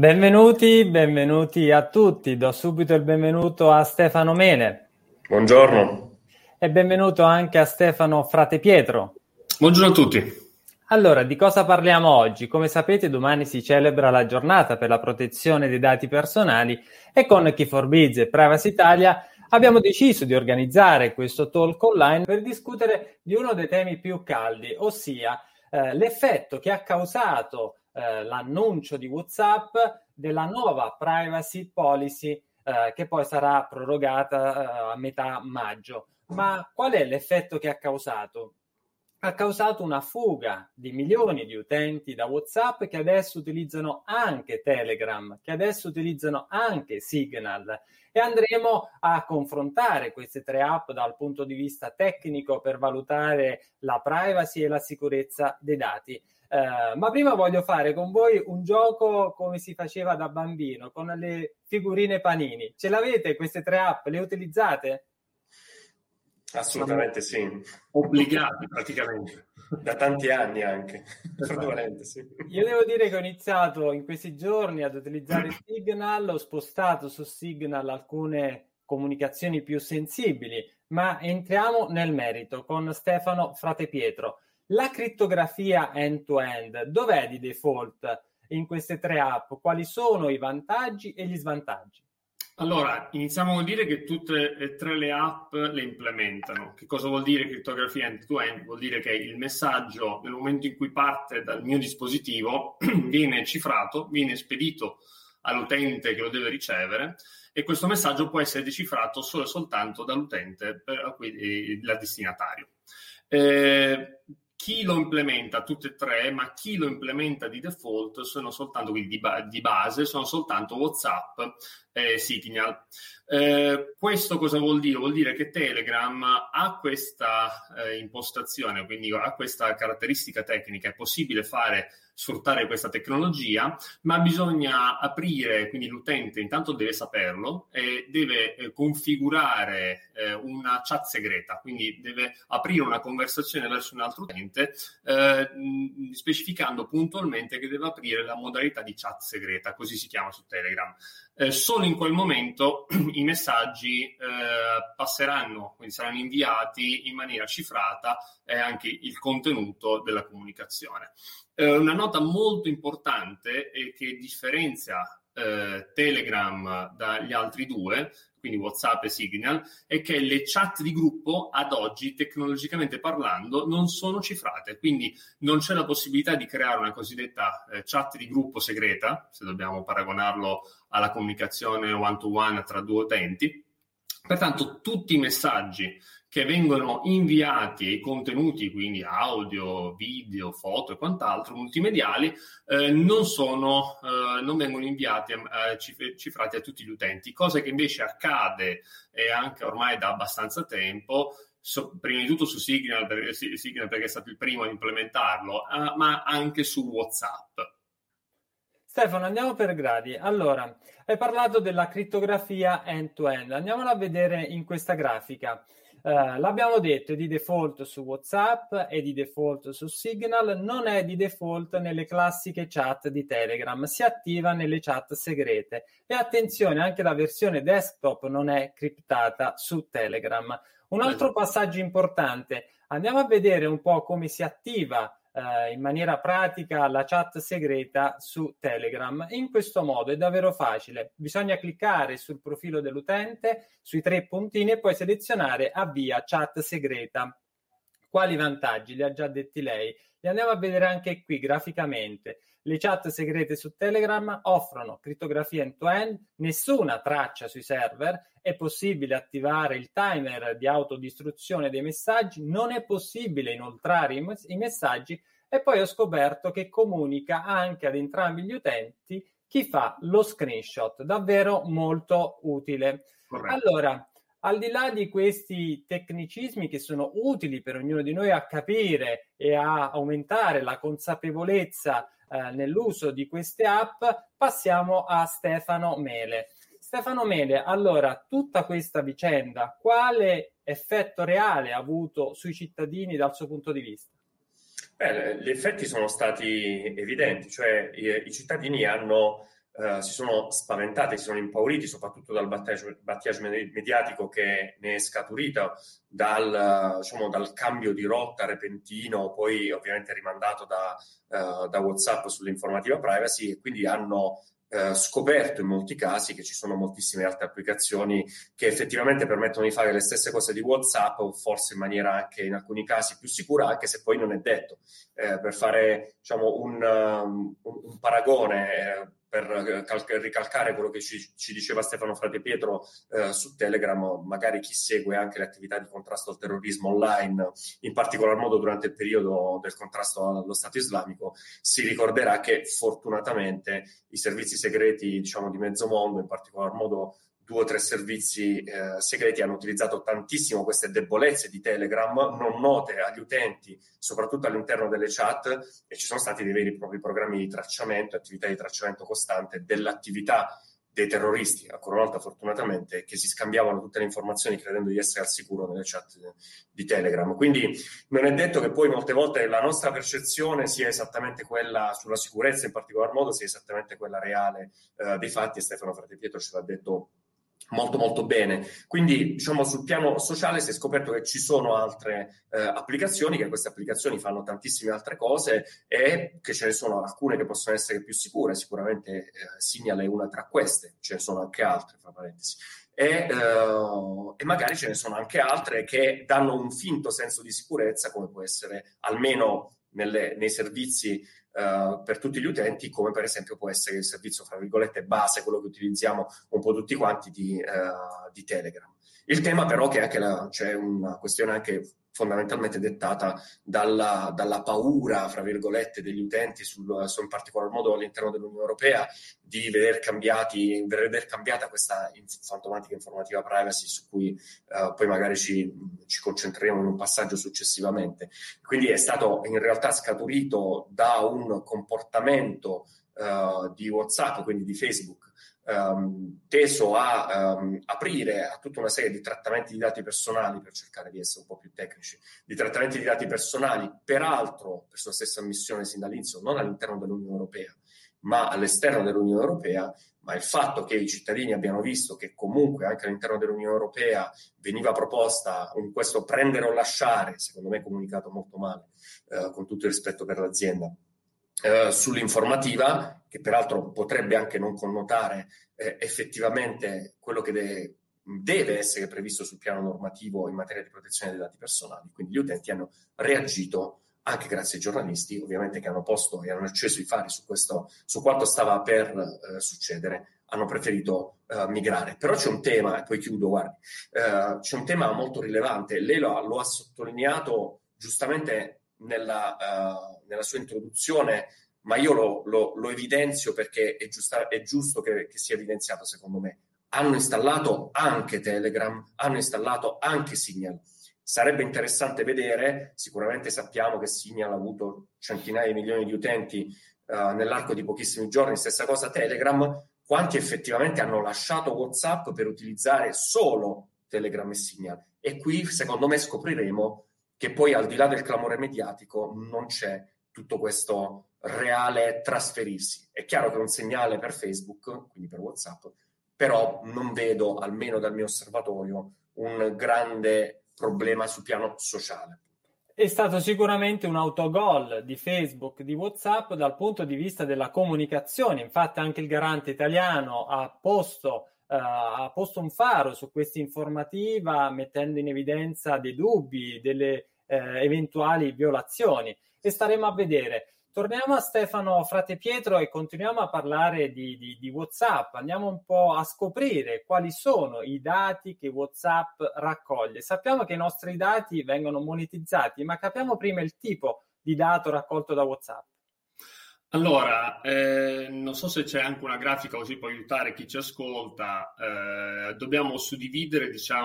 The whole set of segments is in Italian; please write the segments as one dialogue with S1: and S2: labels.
S1: Benvenuti a tutti. Do subito il benvenuto a Stefano Mele.
S2: Buongiorno.
S1: E benvenuto anche a Stefano Frate Pietro.
S3: Buongiorno a tutti.
S1: Allora, di cosa parliamo oggi? Come sapete, domani si celebra la giornata per la protezione dei dati personali e con Key4Biz e Privacy Italia abbiamo deciso di organizzare questo talk online per discutere di uno dei temi più caldi, ossia l'effetto che ha causato l'annuncio di WhatsApp della nuova privacy policy che poi sarà prorogata a metà maggio. Ma qual è l'effetto che ha causato? Ha causato una fuga di milioni di utenti da WhatsApp che adesso utilizzano anche Telegram, che adesso utilizzano anche Signal, e andremo a confrontare queste tre app dal punto di vista tecnico per valutare la privacy e la sicurezza dei dati. Ma prima voglio fare con voi un gioco come si faceva da bambino, con le figurine panini. Ce l'avete queste tre app? Le utilizzate?
S2: Assolutamente sì.
S3: Obbligati praticamente.
S2: Da tanti anni anche.
S3: Sì.
S1: Io devo dire che ho iniziato in questi giorni ad utilizzare Signal, ho spostato su Signal alcune comunicazioni più sensibili, ma entriamo nel merito con Stefano Frate Pietro. La crittografia end-to-end, dov'è di default in queste tre app? Quali sono i vantaggi e gli svantaggi?
S3: Allora, iniziamo a dire che tutte e tre le app le implementano. Che cosa vuol dire crittografia end-to-end? Vuol dire che il messaggio, nel momento in cui parte dal mio dispositivo, viene cifrato, viene spedito all'utente che lo deve ricevere, e questo messaggio può essere decifrato solo e soltanto dall'utente a cui la destinatario. Chi lo implementa tutte e tre, ma chi lo implementa di default sono soltanto, quindi di base, sono soltanto WhatsApp e Signal. Questo cosa vuol dire? Vuol dire che Telegram ha questa impostazione, quindi ha questa caratteristica tecnica, è possibile sfruttare questa tecnologia, ma bisogna aprire, quindi l'utente intanto deve saperlo e deve configurare una chat segreta, quindi deve aprire una conversazione verso un altro utente specificando puntualmente che deve aprire la modalità di chat segreta, così si chiama su Telegram. Solo in quel momento i messaggi passeranno, quindi saranno inviati in maniera cifrata e anche il contenuto della comunicazione. Una nota molto importante è che differenzia Telegram dagli altri due, quindi WhatsApp e Signal, è che le chat di gruppo ad oggi, tecnologicamente parlando, non sono cifrate, quindi non c'è la possibilità di creare una cosiddetta chat di gruppo segreta, se dobbiamo paragonarlo alla comunicazione one-to-one tra due utenti. Pertanto tutti i messaggi che vengono inviati e i contenuti, quindi audio, video, foto e quant'altro, multimediali, non vengono inviati cifrati a tutti gli utenti, cosa che invece accade e anche ormai da abbastanza tempo, prima di tutto su Signal perché è stato il primo a implementarlo, ma anche su WhatsApp.
S1: Stefano, andiamo per gradi. Allora, hai parlato della crittografia end-to-end. Andiamola a vedere in questa grafica. L'abbiamo detto, è di default su WhatsApp, è di default su Signal, non è di default nelle classiche chat di Telegram, si attiva nelle chat segrete. E attenzione, anche la versione desktop non è criptata su Telegram. Un altro passaggio importante, andiamo a vedere un po' come si attiva in maniera pratica la chat segreta su Telegram. In questo modo è davvero facile, bisogna cliccare sul profilo dell'utente, sui tre puntini, e poi selezionare avvia chat segreta. Quali vantaggi? Li ha già detti lei. Li andiamo a vedere anche qui graficamente. Le chat segrete su Telegram offrono crittografia end-to-end, nessuna traccia sui server, è possibile attivare il timer di autodistruzione dei messaggi, non è possibile inoltrare i messaggi, e poi ho scoperto che comunica anche ad entrambi gli utenti chi fa lo screenshot, davvero molto utile.
S3: Corretto.
S1: Allora, al di là di questi tecnicismi che sono utili per ognuno di noi a capire e a aumentare la consapevolezza nell'uso di queste app, passiamo a Stefano Mele. Stefano Mele, allora, tutta questa vicenda, quale effetto reale ha avuto sui cittadini dal suo punto di vista?
S2: Gli effetti sono stati evidenti, cioè i cittadini hanno si sono spaventati, si sono impauriti soprattutto dal battiaggio mediatico che ne è scaturito dal cambio di rotta repentino, poi ovviamente rimandato da WhatsApp sull'informativa privacy, e quindi hanno scoperto in molti casi che ci sono moltissime altre applicazioni che effettivamente permettono di fare le stesse cose di WhatsApp, o forse in maniera anche in alcuni casi più sicura, anche se poi non è detto. Per fare un paragone, per ricalcare quello che ci diceva Stefano Frate Pietro su Telegram, magari chi segue anche le attività di contrasto al terrorismo online, in particolar modo durante il periodo del contrasto allo Stato islamico, si ricorderà che fortunatamente i servizi segreti, di mezzo mondo, in particolar modo 2 o 3 servizi segreti, hanno utilizzato tantissimo queste debolezze di Telegram, non note agli utenti, soprattutto all'interno delle chat, e ci sono stati dei veri e propri programmi di tracciamento, attività di tracciamento costante dell'attività dei terroristi, ancora una volta fortunatamente, che si scambiavano tutte le informazioni credendo di essere al sicuro nelle chat di Telegram. Quindi non è detto che poi molte volte la nostra percezione sia esattamente quella sulla sicurezza, in particolar modo sia esattamente quella reale dei fatti, e Stefano Frate Pietro ce l'ha detto molto molto bene. Quindi sul piano sociale si è scoperto che ci sono altre applicazioni, che queste applicazioni fanno tantissime altre cose, e che ce ne sono alcune che possono essere più sicure. Sicuramente Signal è una tra queste, ce ne sono anche altre, fra parentesi, e magari ce ne sono anche altre che danno un finto senso di sicurezza, come può essere, almeno nei servizi per tutti gli utenti, come per esempio può essere il servizio, fra virgolette, base, quello che utilizziamo un po' tutti quanti di Telegram. Il tema però che anche c'è una questione anche fondamentalmente dettata dalla paura, fra virgolette, degli utenti, in particolar modo all'interno dell'Unione Europea, di veder cambiata questa fantomatica informativa privacy, su cui poi magari ci concentreremo in un passaggio successivamente. Quindi è stato in realtà scaturito da un comportamento di WhatsApp, quindi di Facebook, teso a aprire a tutta una serie di trattamenti di dati personali, per cercare di essere un po' più tecnici, di trattamenti di dati personali, peraltro per sua stessa ammissione sin dall'inizio, non all'interno dell'Unione Europea, ma all'esterno dell'Unione Europea. Ma il fatto che i cittadini abbiano visto che comunque anche all'interno dell'Unione Europea veniva proposta questo prendere o lasciare, secondo me comunicato molto male, con tutto il rispetto per l'azienda, sull'informativa, che peraltro potrebbe anche non connotare effettivamente quello che deve essere previsto sul piano normativo in materia di protezione dei dati personali. Quindi gli utenti hanno reagito, anche grazie ai giornalisti, ovviamente, che hanno posto e hanno acceso i fari su quanto stava per succedere, hanno preferito migrare. Però c'è un tema, e poi chiudo, guardi, c'è un tema molto rilevante. Lei lo ha sottolineato giustamente nella sua introduzione, ma io lo evidenzio perché è giusto che sia evidenziato, secondo me. Hanno installato anche Telegram, hanno installato anche Signal. Sarebbe interessante vedere, sicuramente sappiamo che Signal ha avuto centinaia di milioni di utenti nell'arco di pochissimi giorni, stessa cosa Telegram, quanti effettivamente hanno lasciato WhatsApp per utilizzare solo Telegram e Signal. E qui, secondo me, scopriremo che poi, al di là del clamore mediatico, non c'è tutto questo reale trasferirsi. È chiaro che è un segnale per Facebook, quindi per WhatsApp, però non vedo, almeno dal mio osservatorio, un grande problema sul piano sociale.
S1: È stato sicuramente un autogol di Facebook, di WhatsApp dal punto di vista della comunicazione. Infatti anche il Garante italiano ha posto un faro su questa informativa, mettendo in evidenza dei dubbi, delle eventuali violazioni, e staremo a vedere. Torniamo a Stefano Frate Pietro e continuiamo a parlare di WhatsApp. Andiamo un po' a scoprire quali sono i dati che WhatsApp raccoglie. Sappiamo che i nostri dati vengono monetizzati, ma capiamo prima il tipo di dato raccolto da WhatsApp.
S3: Allora, non so se c'è anche una grafica così può aiutare chi ci ascolta. Dobbiamo suddividere,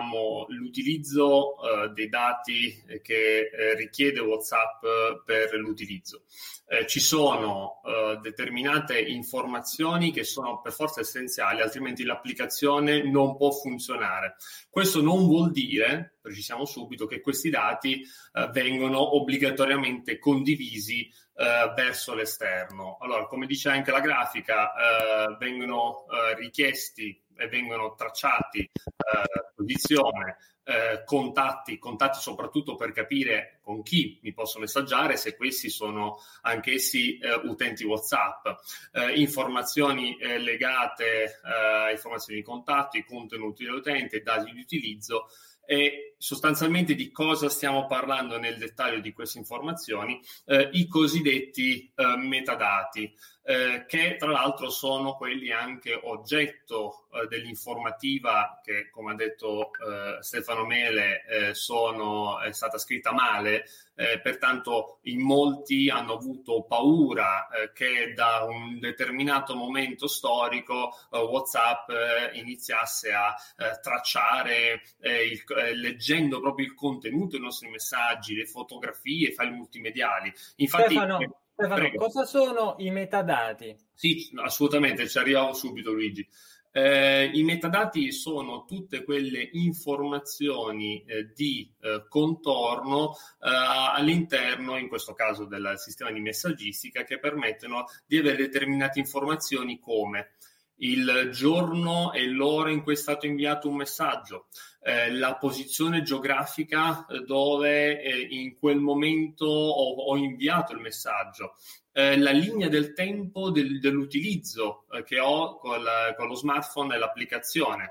S3: l'utilizzo dei dati che richiede WhatsApp per l'utilizzo. Ci sono determinate informazioni che sono per forza essenziali, altrimenti l'applicazione non può funzionare. Questo non vuol dire, precisiamo subito che questi dati vengono obbligatoriamente condivisi verso l'esterno. Allora, come dice anche la grafica, vengono richiesti e vengono tracciati posizione, contatti soprattutto per capire con chi mi posso messaggiare, se questi sono anch'essi utenti WhatsApp, informazioni legate a informazioni di contatti, contenuti dell'utente, dati di utilizzo. E sostanzialmente di cosa stiamo parlando nel dettaglio di queste informazioni? I cosiddetti metadati, che tra l'altro sono quelli anche oggetto dell'informativa che, come ha detto Stefano Mele, è stata scritta male, pertanto in molti hanno avuto paura che da un determinato momento storico WhatsApp iniziasse a tracciare leggendo proprio il contenuto dei nostri messaggi, le fotografie, i file multimediali. Infatti,
S1: Stefano, cosa sono i metadati?
S3: Sì, assolutamente, ci arriviamo subito, Luigi. I metadati sono tutte quelle informazioni di contorno all'interno, in questo caso del sistema di messaggistica, che permettono di avere determinate informazioni come il giorno e l'ora in cui è stato inviato un messaggio, la posizione geografica dove in quel momento ho inviato il messaggio, la linea del tempo dell'utilizzo che ho con lo smartphone e l'applicazione,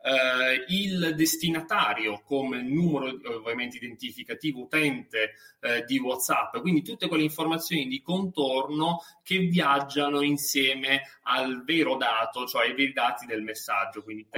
S3: il destinatario come numero ovviamente identificativo utente di WhatsApp, quindi tutte quelle informazioni di contorno che viaggiano insieme al vero dato, cioè ai veri dati del messaggio. Quindi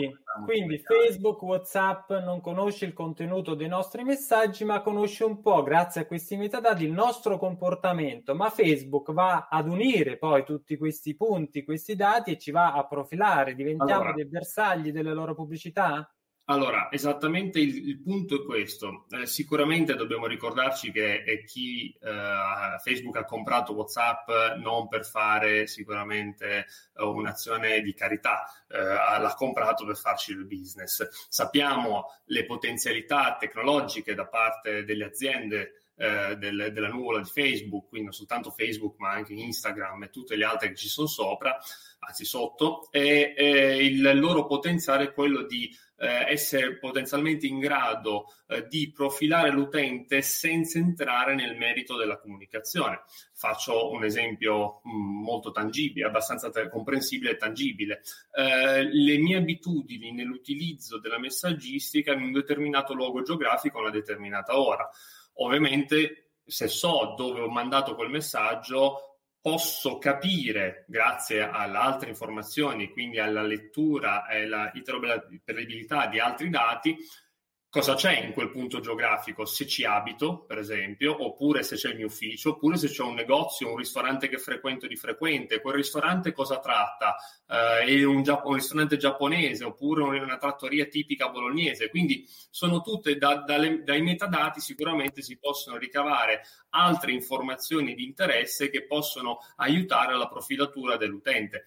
S1: Facebook, WhatsApp non conosce il contenuto dei nostri messaggi, ma conosce un po', grazie a questi metadati, il nostro comportamento, ma Facebook va ad unire poi tutti questi punti, questi dati, e ci va a profilare. Diventiamo dei bersagli delle loro pubblicità?
S3: Allora, esattamente il punto è questo. Sicuramente dobbiamo ricordarci che chi Facebook ha comprato WhatsApp non per fare sicuramente un'azione di carità, l'ha comprato per farci il business. Sappiamo le potenzialità tecnologiche da parte delle aziende della nuvola di Facebook, quindi non soltanto Facebook ma anche Instagram e tutte le altre che ci sono sopra, anzi sotto, e il loro potenziale è quello di essere potenzialmente in grado di profilare l'utente senza entrare nel merito della comunicazione. Faccio un esempio molto tangibile, abbastanza comprensibile e tangibile. Le mie abitudini nell'utilizzo della messaggistica in un determinato luogo geografico a una determinata ora. Ovviamente, se so dove ho mandato quel messaggio, posso capire, grazie alle altre informazioni, quindi alla lettura e alla interoperabilità di altri dati, cosa c'è in quel punto geografico, se ci abito, per esempio, oppure se c'è il mio ufficio, oppure se c'è un negozio, un ristorante che frequento di frequente, quel ristorante cosa tratta, è un ristorante giapponese, oppure una trattoria tipica bolognese. Quindi sono tutte, dai metadati sicuramente si possono ricavare altre informazioni di interesse che possono aiutare alla profilatura dell'utente.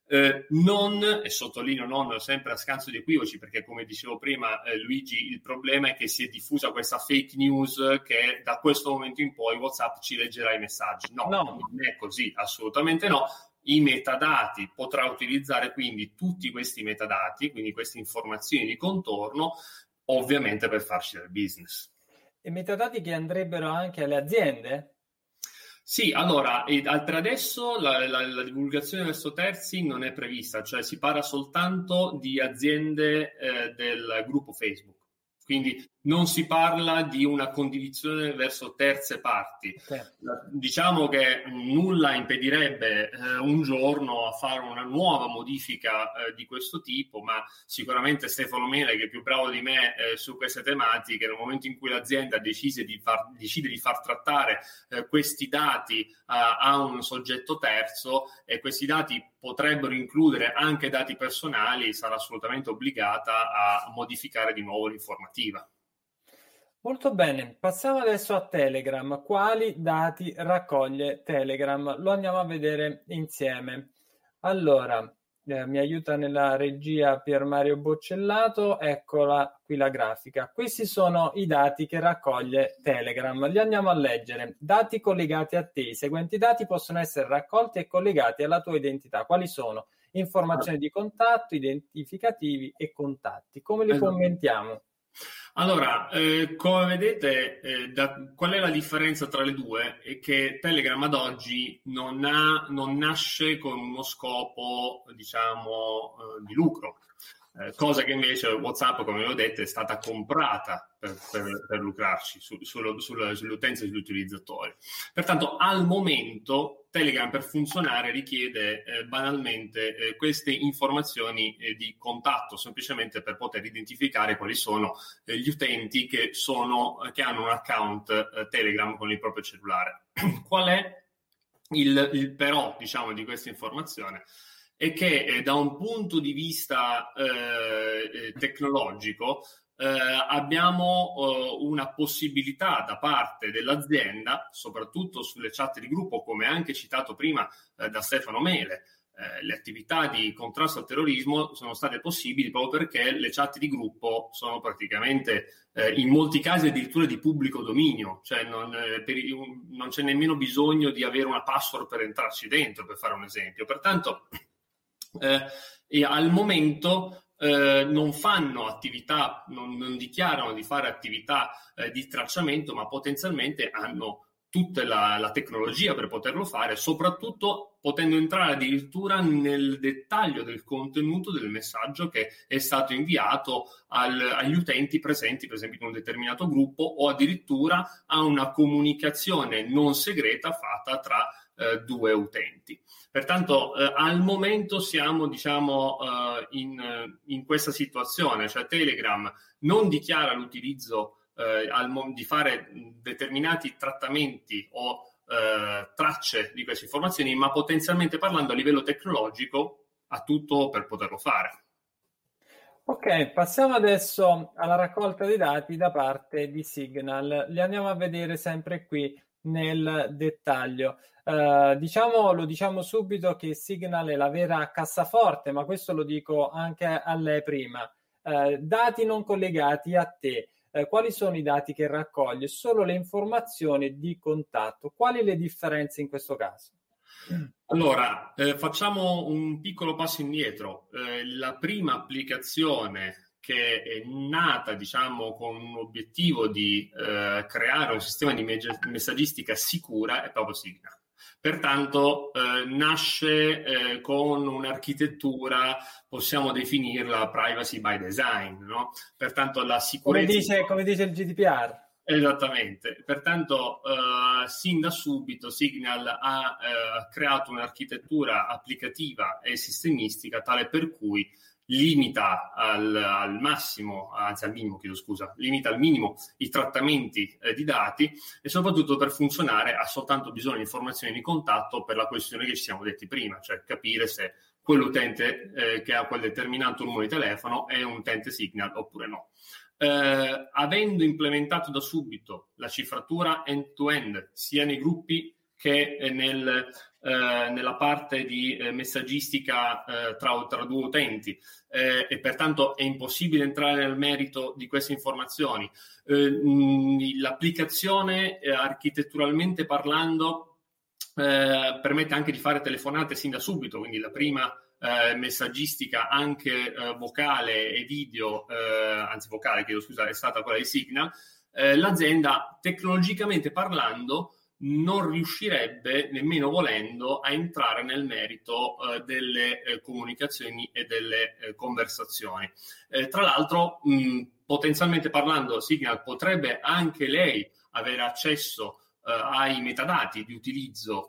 S3: Non, e sottolineo non sempre a scanso di equivoci, perché come dicevo prima Luigi, il problema è che si è diffusa questa fake news che da questo momento in poi WhatsApp ci leggerà i messaggi. No, non è così, assolutamente no. I metadati potrà utilizzare quindi tutti questi metadati, quindi queste informazioni di contorno, ovviamente per farci del business.
S1: E metadati che andrebbero anche alle aziende?
S3: Sì, allora, per adesso la divulgazione verso terzi non è prevista, cioè si parla soltanto di aziende del gruppo Facebook, quindi non si parla di una condivisione verso terze parti. Okay. Diciamo che nulla impedirebbe un giorno a fare una nuova modifica di questo tipo, ma sicuramente Stefano Mele, che è più bravo di me su queste tematiche, nel momento in cui l'azienda decide di far trattare questi dati a un soggetto terzo, e questi dati potrebbero includere anche dati personali, sarà assolutamente obbligata a modificare di nuovo l'informativa.
S1: Molto bene, passiamo adesso a Telegram. Quali dati raccoglie Telegram? Lo andiamo a vedere insieme. Allora, mi aiuta nella regia Pier Mario Boccellato, eccola qui la grafica. Questi sono i dati che raccoglie Telegram, li andiamo a leggere. Dati collegati a te, i seguenti dati possono essere raccolti e collegati alla tua identità. Quali sono? Informazioni di contatto, identificativi e contatti. Come li commentiamo?
S3: Allora, come vedete, qual è la differenza tra le due? È che Telegram ad oggi non nasce con uno scopo, diciamo, di lucro, cosa che invece WhatsApp, come vi ho detto, è stata comprata per lucrarci sulle utenze e sugli utilizzatori. Pertanto, al momento, Telegram per funzionare richiede banalmente queste informazioni di contatto, semplicemente per poter identificare quali sono gli utenti che hanno un account Telegram con il proprio cellulare. Qual è il però, diciamo, di questa informazione? È che da un punto di vista tecnologico abbiamo una possibilità da parte dell'azienda, soprattutto sulle chat di gruppo, come anche citato prima da Stefano Mele. Le attività di contrasto al terrorismo sono state possibili proprio perché le chat di gruppo sono praticamente in molti casi addirittura di pubblico dominio, cioè non c'è nemmeno bisogno di avere una password per entrarci dentro, per fare un esempio. Pertanto al momento non fanno attività, non dichiarano di fare attività di tracciamento, ma potenzialmente hanno tutta la tecnologia per poterlo fare, soprattutto potendo entrare addirittura nel dettaglio del contenuto del messaggio che è stato inviato agli utenti presenti, per esempio in un determinato gruppo, o addirittura a una comunicazione non segreta fatta tra due utenti. Pertanto al momento siamo, diciamo, in questa situazione, cioè Telegram non dichiara l'utilizzo di fare determinati trattamenti o tracce di queste informazioni, ma potenzialmente parlando a livello tecnologico ha tutto per poterlo fare.
S1: Ok, passiamo adesso alla raccolta dei dati da parte di Signal. Li andiamo a vedere sempre qui nel dettaglio. Lo diciamo subito che Signal è la vera cassaforte, ma questo lo dico anche a lei prima. Dati non collegati a te. Quali sono i dati che raccoglie? Solo le informazioni di contatto. Quali le differenze in questo caso?
S3: Allora, facciamo un piccolo passo indietro. La prima applicazione che è nata, diciamo, con un obiettivo di creare un sistema di messaggistica sicura è proprio Signal. Pertanto nasce con un'architettura, possiamo definirla privacy by design, no? Pertanto la sicurezza...
S1: Come dice il GDPR.
S3: Esattamente. Pertanto sin da subito Signal ha creato un'architettura applicativa e sistemistica tale per cui limita al massimo, anzi al minimo, limita al minimo i trattamenti di dati, e soprattutto per funzionare ha soltanto bisogno di informazioni di contatto per la questione che ci siamo detti prima, cioè capire se quell'utente che ha quel determinato numero di telefono è un utente Signal oppure no. Avendo implementato da subito la cifratura end-to-end sia nei gruppi che nella parte di messaggistica tra due utenti, e pertanto è impossibile entrare nel merito di queste informazioni. L'applicazione architetturalmente parlando permette anche di fare telefonate sin da subito, quindi la prima messaggistica anche vocale e video, anzi vocale, è stata quella di Signal. L'azienda tecnologicamente parlando non riuscirebbe, nemmeno volendo, a entrare nel merito delle comunicazioni e delle conversazioni. Tra l'altro, potenzialmente parlando, Signal potrebbe anche lei avere accesso ai metadati di utilizzo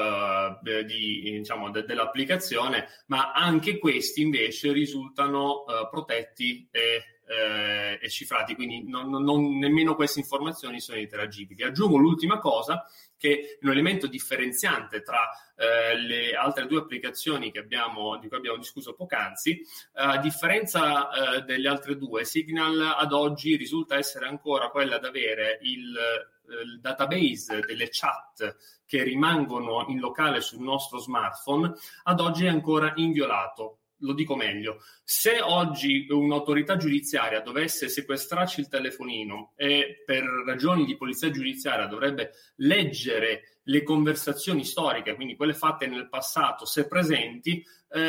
S3: dell'applicazione, ma anche questi invece risultano protetti e cifrati, quindi nemmeno queste informazioni sono interagibili. Aggiungo l'ultima cosa, che è un elemento differenziante tra le altre due applicazioni di cui abbiamo discusso poc'anzi. A differenza delle altre due, Signal ad oggi risulta essere ancora quella ad avere il database delle chat che rimangono in locale sul nostro smartphone, ad oggi è ancora inviolato. lo dico meglio, se oggi un'autorità giudiziaria dovesse sequestrarci il telefonino e per ragioni di polizia giudiziaria dovrebbe leggere le conversazioni storiche, quindi quelle fatte nel passato, se presenti,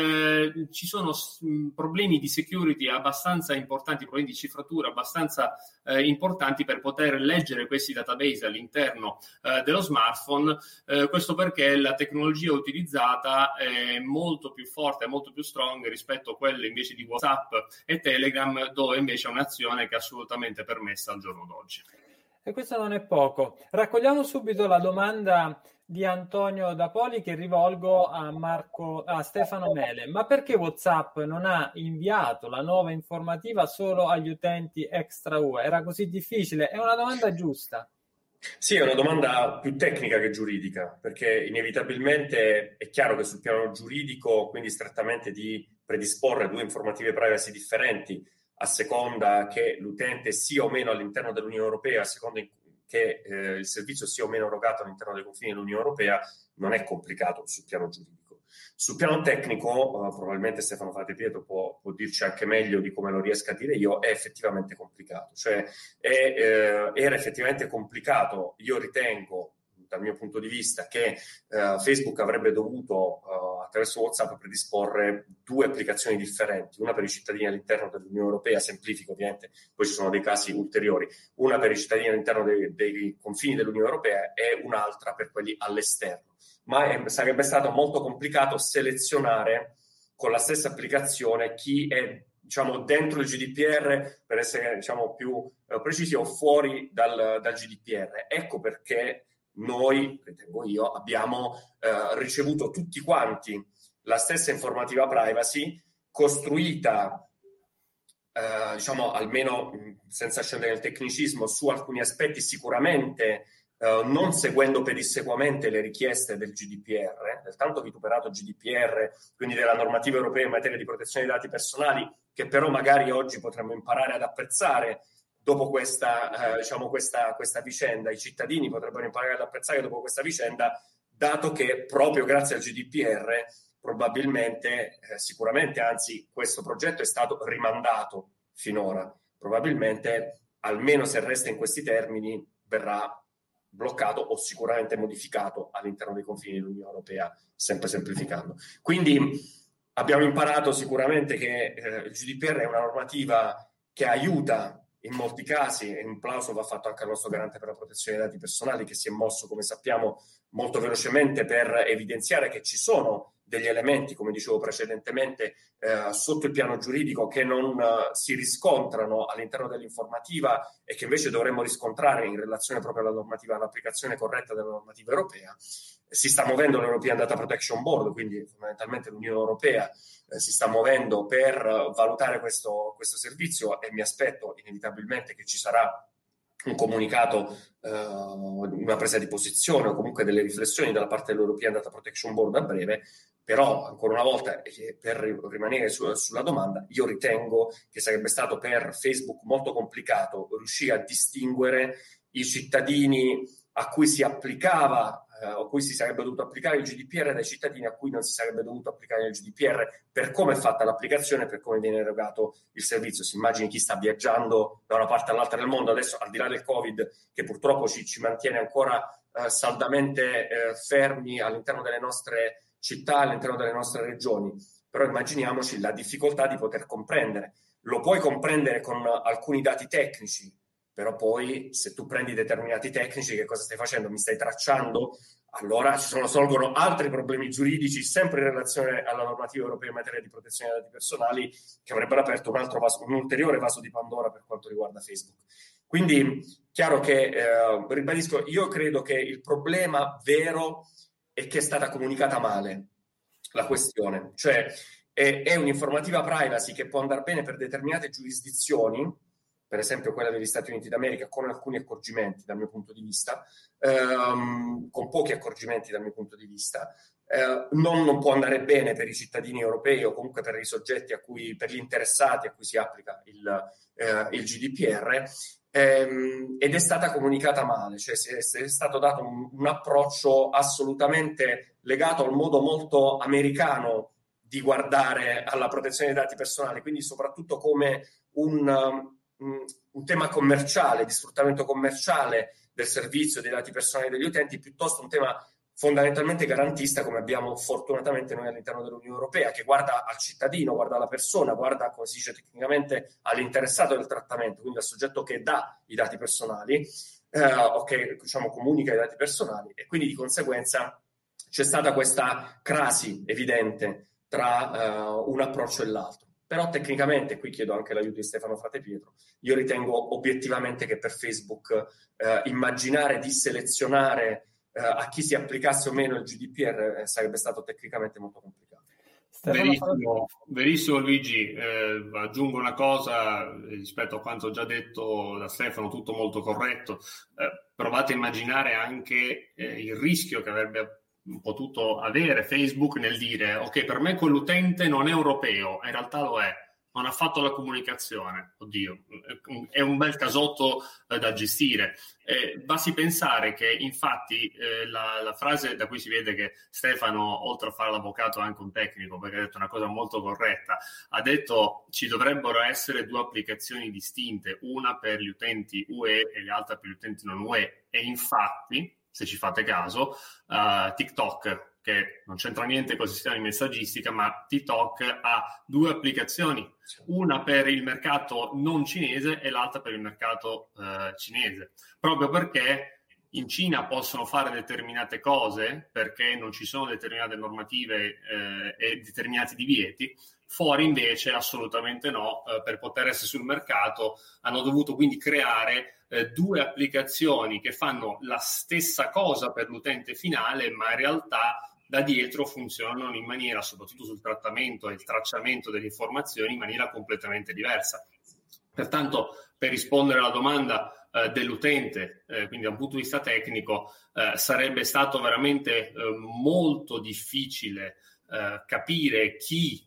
S3: ci sono problemi di security abbastanza importanti, problemi di cifratura abbastanza importanti per poter leggere questi database all'interno dello smartphone. Questo perché la tecnologia utilizzata è molto più forte, molto più strong rispetto a quelle invece di WhatsApp e Telegram, dove invece è un'azione che è assolutamente permessa al giorno d'oggi.
S1: E questo non è poco. Raccogliamo subito la domanda di Antonio Dapoli che rivolgo a Stefano Mele. Ma perché WhatsApp non ha inviato la nuova informativa solo agli utenti extra UE? Era così difficile? È una domanda giusta.
S2: Sì, è una domanda più tecnica che giuridica, perché inevitabilmente è chiaro che sul piano giuridico, quindi strettamente di predisporre due informative privacy differenti a seconda che l'utente sia o meno all'interno dell'Unione Europea, a seconda che il servizio sia o meno erogato all'interno dei confini dell'Unione Europea, non è complicato sul piano giuridico. Sul piano tecnico, probabilmente Stefano Frate Pietro può dirci anche meglio di come lo riesca a dire io, è effettivamente complicato. Cioè, era effettivamente complicato, io ritengo, dal mio punto di vista, che Facebook avrebbe dovuto attraverso WhatsApp predisporre due applicazioni differenti, una per i cittadini all'interno dell'Unione Europea, semplifico ovviamente, poi ci sono dei casi ulteriori, una per i cittadini all'interno dei confini dell'Unione Europea e un'altra per quelli all'esterno. Ma sarebbe stato molto complicato selezionare con la stessa applicazione chi è, diciamo, dentro il GDPR, per essere, diciamo, più precisi, o fuori dal GDPR. Ecco perché noi, ritengo io, abbiamo ricevuto tutti quanti la stessa informativa privacy, costruita, diciamo, almeno senza scendere nel tecnicismo, su alcuni aspetti sicuramente non seguendo pedissequamente le richieste del GDPR, del tanto vituperato GDPR, quindi della normativa europea in materia di protezione dei dati personali, che però magari oggi potremmo imparare ad apprezzare dopo questa vicenda. I cittadini potrebbero imparare ad apprezzare dopo questa vicenda, dato che proprio grazie al GDPR probabilmente, sicuramente, anzi, questo progetto è stato rimandato finora. Probabilmente, almeno se resta in questi termini, verrà bloccato o sicuramente modificato all'interno dei confini dell'Unione Europea, sempre semplificando. Quindi abbiamo imparato sicuramente che il GDPR è una normativa che aiuta in molti casi, e un plauso va fatto anche al nostro garante per la protezione dei dati personali, che si è mosso, come sappiamo, molto velocemente per evidenziare che ci sono degli elementi, come dicevo precedentemente, sotto il piano giuridico che non si riscontrano all'interno dell'informativa e che invece dovremmo riscontrare in relazione proprio alla normativa, all'applicazione corretta della normativa europea. Si sta muovendo l'European Data Protection Board, quindi fondamentalmente l'Unione Europea si sta muovendo per valutare questo servizio, e mi aspetto inevitabilmente che ci sarà un comunicato, una presa di posizione o comunque delle riflessioni dalla parte dell'European Data Protection Board a breve. Però, ancora una volta, per rimanere sulla domanda, io ritengo che sarebbe stato per Facebook molto complicato riuscire a distinguere i cittadini a cui si applicava o cui si sarebbe dovuto applicare il GDPR dai cittadini a cui non si sarebbe dovuto applicare il GDPR, per come è fatta l'applicazione, per come viene erogato il servizio. Si immagini chi sta viaggiando da una parte all'altra del mondo adesso, al di là del Covid, che purtroppo ci mantiene ancora saldamente fermi all'interno delle nostre città, all'interno delle nostre regioni. Però immaginiamoci la difficoltà di poter comprendere. Lo puoi comprendere con alcuni dati tecnici, però poi se tu prendi determinati tecnici, che cosa stai facendo? Mi stai tracciando? Allora sorgono altri problemi giuridici, sempre in relazione alla normativa europea in materia di protezione dei dati personali, che avrebbero aperto un ulteriore vaso di Pandora per quanto riguarda Facebook. Quindi, chiaro che, ribadisco, io credo che il problema vero è che è stata comunicata male la questione. Cioè, è un'informativa privacy che può andare bene per determinate giurisdizioni, per esempio quella degli Stati Uniti d'America, con alcuni accorgimenti dal mio punto di vista, con pochi accorgimenti dal mio punto di vista, non può andare bene per i cittadini europei o comunque per i soggetti per gli interessati a cui si applica il GDPR, ed è stata comunicata male, cioè è stato dato un approccio assolutamente legato al modo molto americano di guardare alla protezione dei dati personali, quindi soprattutto come un tema commerciale, di sfruttamento commerciale del servizio dei dati personali degli utenti, piuttosto un tema fondamentalmente garantista, come abbiamo fortunatamente noi all'interno dell'Unione Europea, che guarda al cittadino, guarda alla persona, guarda, come si dice tecnicamente, all'interessato del trattamento, quindi al soggetto che dà i dati personali, o che, diciamo, comunica i dati personali, e quindi di conseguenza c'è stata questa crasi evidente tra un approccio e l'altro. Però tecnicamente, qui chiedo anche l'aiuto di Stefano Fratepietro, io ritengo obiettivamente che per Facebook immaginare di selezionare a chi si applicasse o meno il GDPR sarebbe stato tecnicamente molto complicato.
S3: Verissimo Luigi, aggiungo una cosa rispetto a quanto già detto da Stefano, tutto molto corretto. Provate a immaginare anche il rischio che avrebbe potuto avere Facebook nel dire ok, per me quell'utente non è europeo, in realtà lo è, non ha fatto la comunicazione, oddio, è un bel casotto da gestire. Basti pensare che infatti la frase da cui si vede che Stefano, oltre a fare l'avvocato, è anche un tecnico, perché ha detto una cosa molto corretta, ha detto ci dovrebbero essere due applicazioni distinte, una per gli utenti UE e l'altra per gli utenti non UE, e infatti, se ci fate caso, TikTok, che non c'entra niente col sistema di messaggistica, ma TikTok ha due applicazioni, una per il mercato non cinese e l'altra per il mercato cinese, proprio perché in Cina possono fare determinate cose, perché non ci sono determinate normative e determinati divieti, fuori invece assolutamente no, per poter essere sul mercato hanno dovuto quindi creare due applicazioni che fanno la stessa cosa per l'utente finale, ma in realtà da dietro funzionano in maniera, soprattutto sul trattamento e il tracciamento delle informazioni, in maniera completamente diversa. Pertanto, per rispondere alla domanda dell'utente, quindi da un punto di vista tecnico, sarebbe stato veramente molto difficile capire chi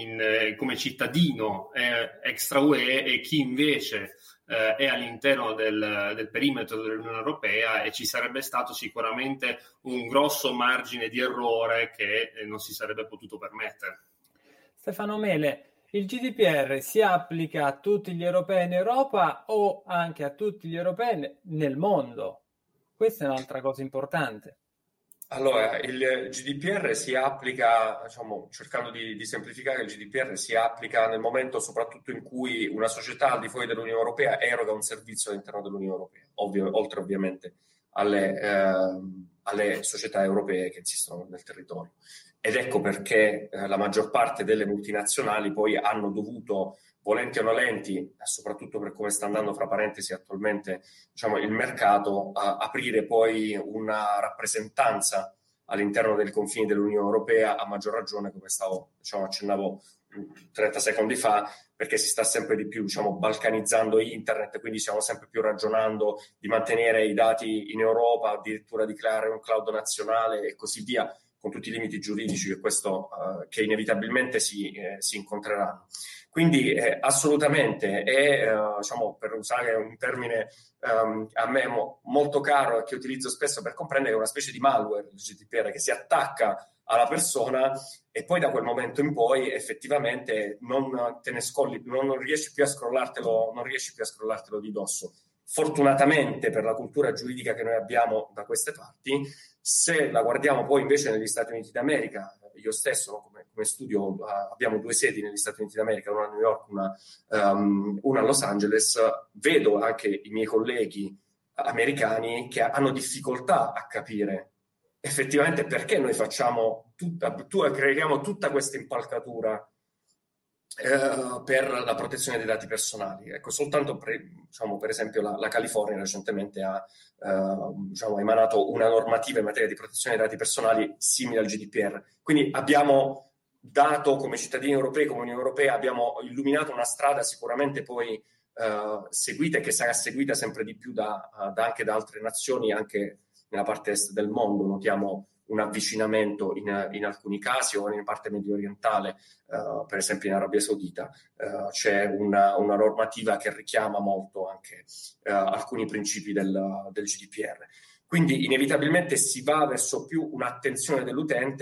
S3: come cittadino è extra UE e chi invece è all'interno del perimetro dell'Unione Europea, e ci sarebbe stato sicuramente un grosso margine di errore che non si sarebbe potuto permettere.
S1: Stefano Mele, il GDPR si applica a tutti gli europei in Europa o anche a tutti gli europei nel mondo? Questa è un'altra cosa importante.
S2: Allora, il GDPR si applica, diciamo, cercando di semplificare, il GDPR si applica nel momento soprattutto in cui una società al di fuori dell'Unione Europea eroga un servizio all'interno dell'Unione Europea, oltre ovviamente alle società europee che esistono nel territorio. Ed ecco perché la maggior parte delle multinazionali poi hanno dovuto, volenti o nolenti, soprattutto per come sta andando, fra parentesi, attualmente, diciamo, il mercato, aprire poi una rappresentanza all'interno dei confini dell'Unione Europea, a maggior ragione, come accennavo 30 secondi fa, perché si sta sempre di più, diciamo, balcanizzando internet, quindi stiamo sempre più ragionando di mantenere i dati in Europa, addirittura di creare un cloud nazionale e così via, con tutti i limiti giuridici che inevitabilmente si incontreranno. Quindi assolutamente diciamo, per usare un termine a me molto caro e che utilizzo spesso per comprendere, è una specie di malware il GDPR che si attacca alla persona e poi da quel momento in poi effettivamente non te ne scolli, non riesci più a scrollartelo di dosso. Fortunatamente per la cultura giuridica che noi abbiamo da queste parti, se la guardiamo poi invece negli Stati Uniti d'America, io stesso, no, come studio abbiamo due sedi negli Stati Uniti d'America, una a New York, una a Los Angeles, vedo anche i miei colleghi americani che hanno difficoltà a capire effettivamente perché noi creiamo tutta questa impalcatura per la protezione dei dati personali. Ecco, soltanto per esempio la California recentemente ha emanato una normativa in materia di protezione dei dati personali simile al GDPR. Quindi abbiamo dato, come cittadini europei, come Unione Europea, abbiamo illuminato una strada sicuramente poi seguita e che sarà seguita sempre di più anche da altre nazioni, anche nella parte est del mondo. Notiamo un avvicinamento in alcuni casi, o in parte medio orientale, per esempio in Arabia Saudita, c'è una normativa che richiama molto anche alcuni principi del GDPR. Quindi inevitabilmente si va verso più un'attenzione dell'utente.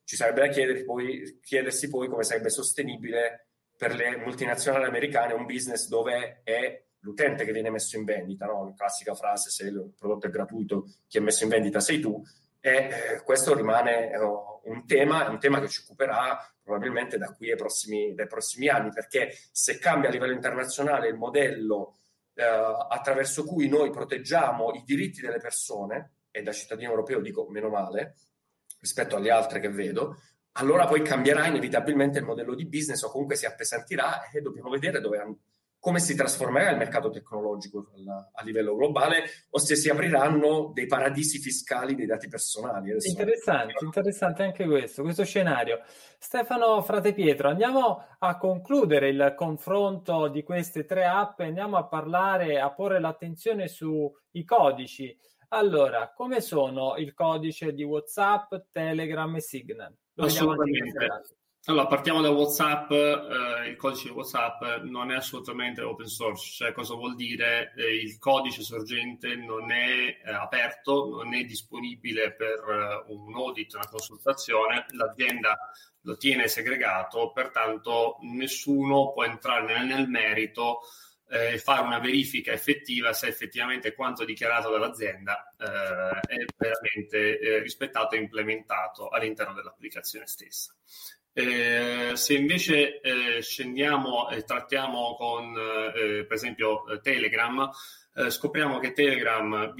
S2: ci sarebbe da chiedersi poi come sarebbe sostenibile per le multinazionali americane un business dove è l'utente che viene messo in vendita, no? La classica frase: se il prodotto è gratuito, chi è messo in vendita sei tu. E questo rimane un tema che ci occuperà probabilmente da qui dai prossimi anni, perché se cambia a livello internazionale il modello attraverso cui noi proteggiamo i diritti delle persone, e da cittadino europeo dico meno male rispetto alle altre che vedo, allora poi cambierà inevitabilmente il modello di business, o comunque si appesantirà, e dobbiamo vedere come si trasformerà il mercato tecnologico a livello globale, o se si apriranno dei paradisi fiscali dei dati personali.
S1: Interessante anche questo scenario. Stefano Frate Pietro, andiamo a concludere il confronto di queste 3 app e andiamo a porre l'attenzione sui codici. Allora, come sono il codice di WhatsApp, Telegram e Signal?
S3: Assolutamente. Allora, partiamo da WhatsApp. Il codice di WhatsApp non è assolutamente open source, cioè cosa vuol dire? Il codice sorgente non è aperto, non è disponibile per un audit, una consultazione, l'azienda lo tiene segregato, pertanto nessuno può entrare nel merito e fare una verifica effettiva se effettivamente quanto dichiarato dall'azienda è veramente rispettato e implementato all'interno dell'applicazione stessa. Se invece scendiamo e trattiamo con per esempio Telegram, scopriamo che Telegram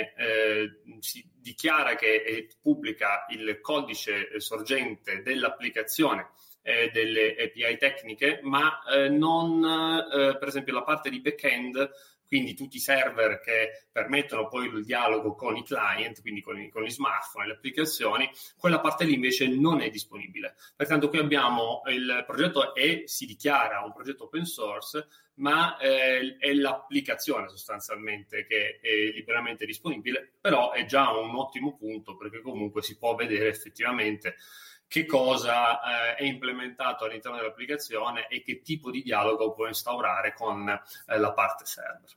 S3: si dichiara che pubblica il codice sorgente dell'applicazione delle API tecniche, ma non per esempio la parte di back-end, quindi tutti i server che permettono poi il dialogo con i client, quindi con gli smartphone e le applicazioni, quella parte lì invece non è disponibile. Pertanto qui abbiamo il progetto si dichiara un progetto open source, ma è l'applicazione sostanzialmente che è liberamente disponibile, però è già un ottimo punto, perché comunque si può vedere effettivamente che cosa è implementato all'interno dell'applicazione e che tipo di dialogo può instaurare con la parte server.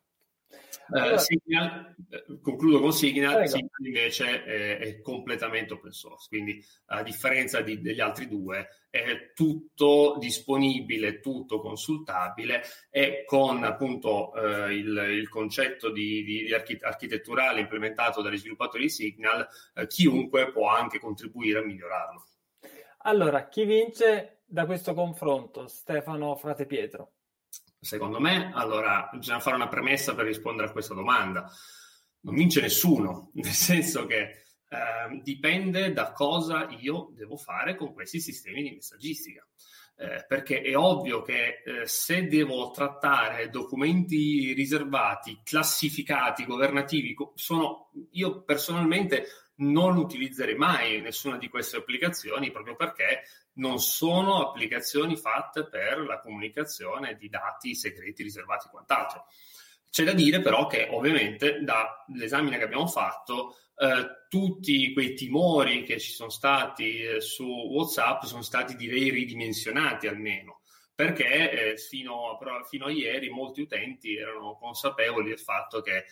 S3: Signal, concludo con Signal. Signal invece è completamente open source, quindi a differenza degli altri due è tutto disponibile, tutto consultabile, e con appunto il concetto di architetturale implementato dagli sviluppatori di Signal, chiunque può anche contribuire a migliorarlo.
S1: Allora, chi vince da questo confronto? Stefano Frate Pietro.
S3: Secondo me, allora, bisogna fare una premessa per rispondere a questa domanda. Non vince nessuno, nel senso che dipende da cosa io devo fare con questi sistemi di messaggistica. Perché è ovvio che se devo trattare documenti riservati, classificati, governativi, io personalmente non utilizzerei mai nessuna di queste applicazioni, proprio perché non sono applicazioni fatte per la comunicazione di dati segreti, riservati e quant'altro. C'è da dire però che ovviamente dall'esame che abbiamo fatto tutti quei timori che ci sono stati su WhatsApp sono stati, direi, ridimensionati almeno, perché fino a ieri molti utenti erano consapevoli del fatto che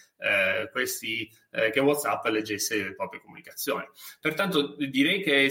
S3: che WhatsApp leggesse le proprie comunicazioni. Pertanto direi che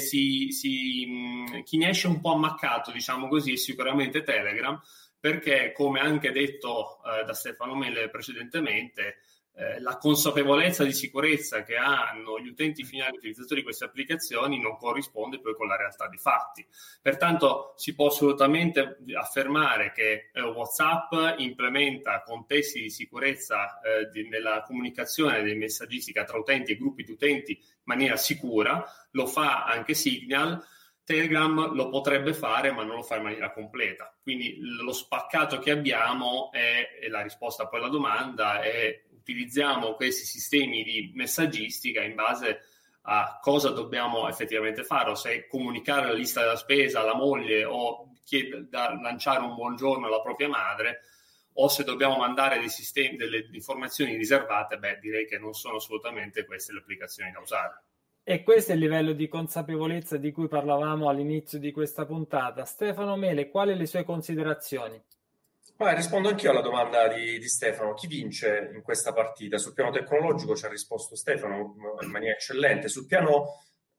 S3: chi ne esce un po' ammaccato, diciamo così, è sicuramente Telegram, perché, come anche detto da Stefano Mele precedentemente, la consapevolezza di sicurezza che hanno gli utenti finali utilizzatori di queste applicazioni non corrisponde poi con la realtà dei fatti. Pertanto si può assolutamente affermare che WhatsApp implementa contesti di sicurezza nella comunicazione dei messaggistica tra utenti e gruppi di utenti in maniera sicura. Lo fa anche Signal. Telegram lo potrebbe fare, ma non lo fa in maniera completa. Quindi lo spaccato che abbiamo è la risposta poi alla domanda, è: utilizziamo questi sistemi di messaggistica in base a cosa dobbiamo effettivamente fare, o se comunicare la lista della spesa alla moglie o lanciare un buongiorno alla propria madre, o se dobbiamo mandare delle informazioni riservate. Direi che non sono assolutamente queste le applicazioni da usare.
S1: E questo è il livello di consapevolezza di cui parlavamo all'inizio di questa puntata. Stefano Mele, quali le sue considerazioni?
S2: Rispondo anch'io alla domanda di Stefano. Chi vince in questa partita? Sul piano tecnologico ci ha risposto Stefano in maniera eccellente. Sul piano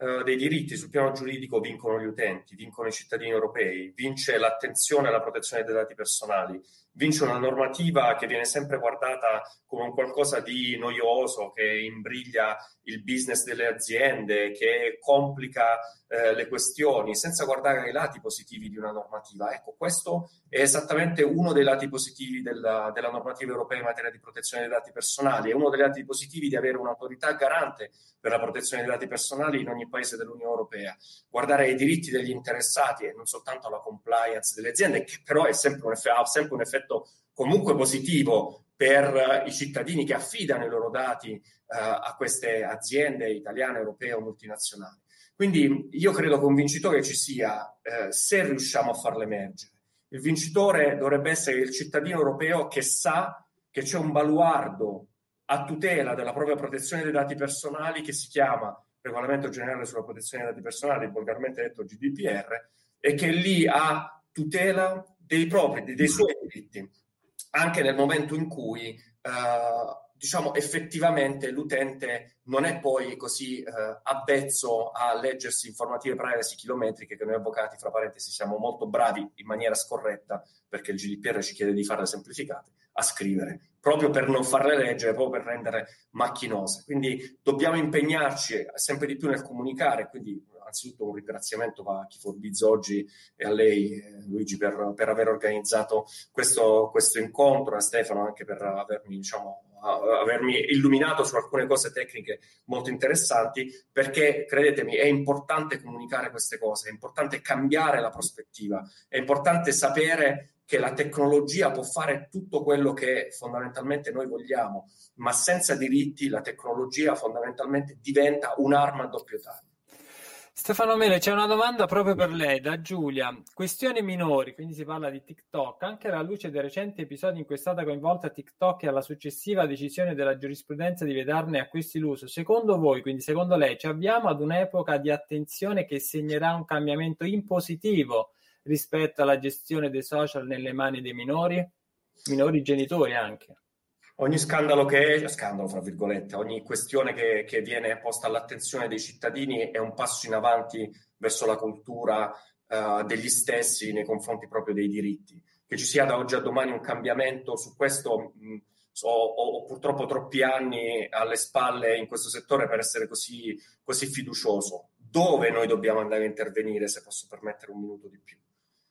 S2: dei diritti sul piano giuridico vincono gli utenti, vincono i cittadini europei, vince l'attenzione alla protezione dei dati personali, vince una normativa che viene sempre guardata come un qualcosa di noioso, che imbriglia il business delle aziende, che complica le questioni, senza guardare ai lati positivi di una normativa. Ecco, questo è esattamente uno dei lati positivi della normativa europea in materia di protezione dei dati personali, è uno dei lati positivi di avere un'autorità garante per la protezione dei dati personali in ogni paese dell'Unione Europea, guardare ai diritti degli interessati e non soltanto alla compliance delle aziende, che però è sempre ha sempre un effetto comunque positivo per i cittadini che affidano i loro dati a queste aziende italiane, europee o multinazionali. Quindi io credo che un vincitore ci sia se riusciamo a farlo emergere. Il vincitore dovrebbe essere il cittadino europeo che sa che c'è un baluardo a tutela della propria protezione dei dati personali che si chiama Regolamento Generale sulla Protezione dei Dati Personali, volgarmente detto GDPR, e che lì ha tutela dei suoi diritti, anche nel momento in cui diciamo effettivamente l'utente non è poi così avvezzo a leggersi informative privacy chilometriche che noi avvocati, fra parentesi, siamo molto bravi in maniera scorretta, perché il GDPR ci chiede di farle semplificate, a scrivere, proprio per non farle leggere, proprio per rendere macchinose. Quindi dobbiamo impegnarci sempre di più nel comunicare, quindi anzitutto un ringraziamento a Chi4Biz oggi e a lei, Luigi, per aver organizzato questo incontro, a Stefano anche per avermi illuminato su alcune cose tecniche molto interessanti, perché credetemi è importante comunicare queste cose, è importante cambiare la prospettiva, è importante sapere che la tecnologia può fare tutto quello che fondamentalmente noi vogliamo, ma senza diritti la tecnologia fondamentalmente diventa un'arma a doppio taglio.
S1: Stefano Mele, c'è una domanda proprio per lei da Giulia. Questioni minori, quindi si parla di TikTok, anche alla luce dei recenti episodi in cui è stata coinvolta TikTok e alla successiva decisione della giurisprudenza di vietarne a questi l'uso. Secondo voi, quindi secondo lei, ci avviamo ad un'epoca di attenzione che segnerà un cambiamento in positivo rispetto alla gestione dei social nelle mani dei minori genitori anche?
S2: Ogni scandalo fra virgolette, ogni questione che viene posta all'attenzione dei cittadini è un passo in avanti verso la cultura degli stessi nei confronti proprio dei diritti. Che ci sia da oggi a domani un cambiamento su questo, ho purtroppo troppi anni alle spalle in questo settore per essere così fiducioso. Dove noi dobbiamo andare a intervenire, se posso permettere un minuto di più,